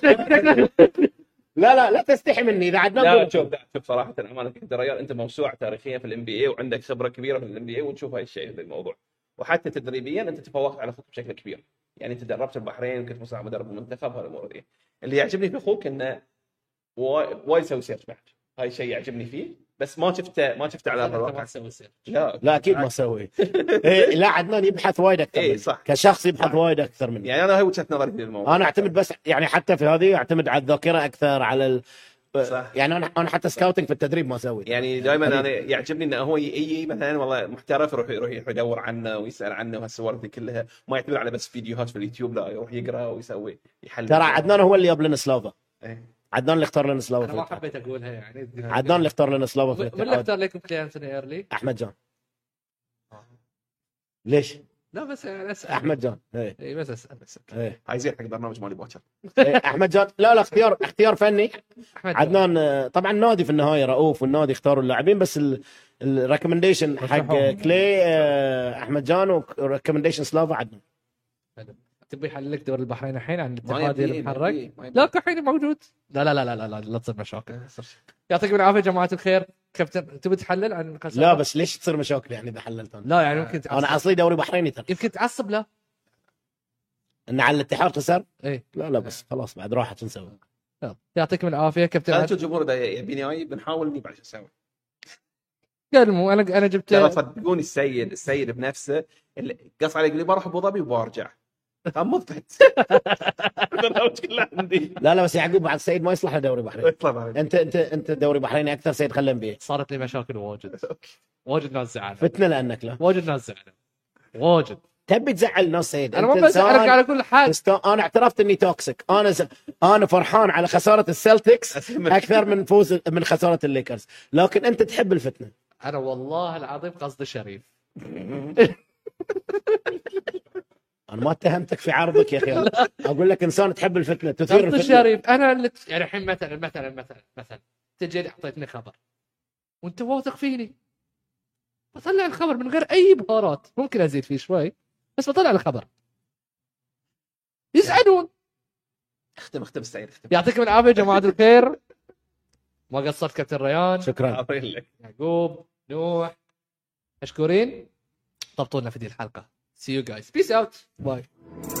لا تستحي مني اذا عدنان. لا شوف صراحه امانه انت ريال انت موسوعه تاريخيه في الام بي اي وعندك خبره كبيره في الام بي اي وتشوف هاي الشيء هذا الموضوع وحتى تدريبيا انت تفوقت على اخوك بشكل كبير. يعني انت دربت البحرين وكنت مساعد مدرب المنتخب هالامور دي. اللي يعجبني في اخوك انه وايد يسوي سيرش بعد. هاي الشيء يعجبني فيه بس ما شفته على الواقع. لا اكيد ما اسوي. لا عدنان يبحث وايد اكثر. ايه صح كشخص يبحث وايد اكثر مني. يعني انا هاي وجهه نظري في الموضوع. انا اعتمد بس يعني حتى في هذه اعتمد على الذاكره اكثر على صح. يعني انا حتى سكاوتنج في التدريب ما اسوي. يعني دائما انا يعجبني انه هو يجي مثلا والله محترف يروح يدور عنه ويسال عنه وهالسوالف دي كلها ما يعتمد على بس فيديوهات في اليوتيوب. لا يروح يقرا ويسوي يحلل. ترى عدنان هو اللي جاب لنا سلافا. ايه. عدنان اللي اختار لنا سلافا. انا ما حبيت اقولها يعني. عدنان اللي اختار لنا سلافا في من اللي اختار لكم كليانتوني ايرلي؟ احمد جان. ليش؟ لا بس انا اسال. احمد جان اي بس اسال ايه هاي زين حق برنامج مالي باكر. احمد جان لا اختيار فني. عدنان طبعا النادي في النهايه رؤوف والنادي اختاروا اللاعبين بس الريكومنديشن حق كلي احمد جان وريكومنديشن سلافا عدنان. تبي يحلل لك دوري البحرين الحين عن الاتحاد المحرك؟ لا كحين موجود. لا تصير مشاكل. يعطيكم العافيه جماعه الخير. كابتن تبي تحلل عن القصه؟ لا بس ليش تصير مشاكل يعني اذا حللت انا؟ لا يعني ممكن انا اصلي دوري بحريني ترى. يمكن تعصب لا ان على الاتحاد خسر؟ ايه لا بس خلاص بعد راحت شو نسوي؟ يعطيكم العافيه كابتن. لا الجمهور اذا يبيني جاي بنحاول نجيب على شو نسوي. قالوا انا جبت ترى صدقوني السيد بنفسه اللي قص علي قال لي بروح ابو ظبي وبرجع. غمضت البرنامج كله عندي. لا بس يعقوب بعد سيد ما يصلح لدوري بحرين. يطلع بعد. انت دوري بحريني اكثر سيد خلم بيه. صارت لي مشاكل واجد ناس زعلوا فتنه لانك لا واجد ناس زعلوا واجد. تبي تزعل الناس سيد. انا ما بزعلك على كل حال. انا اعترفت اني توكسيك. انا فرحان على خساره السلتكس اكثر من فوز من خساره الليكرز، لكن انت تحب الفتنه. انا والله العظيم قصدي شريف. انا ما اتهمتك في عرضك يا اخي، اقول لك انسان تحب الفتنه تثير قصدي الفتنه. شريف. انا اللي يعني الحين مثلا تجي لي اعطيتني خبر وانت واثق فيني، بطلع الخبر من غير اي بهارات، ممكن ازيد فيه شوي بس بطلع الخبر. يزعلون. اختم سعيد اختم. يعطيكم العافيه يا جماعه الخير. ما قصرت كابتن ريان، شكرا عافية لك. يعقوب، نوح، مشكورين. طبطونا في دي الحلقه. See you guys. Peace out. Bye.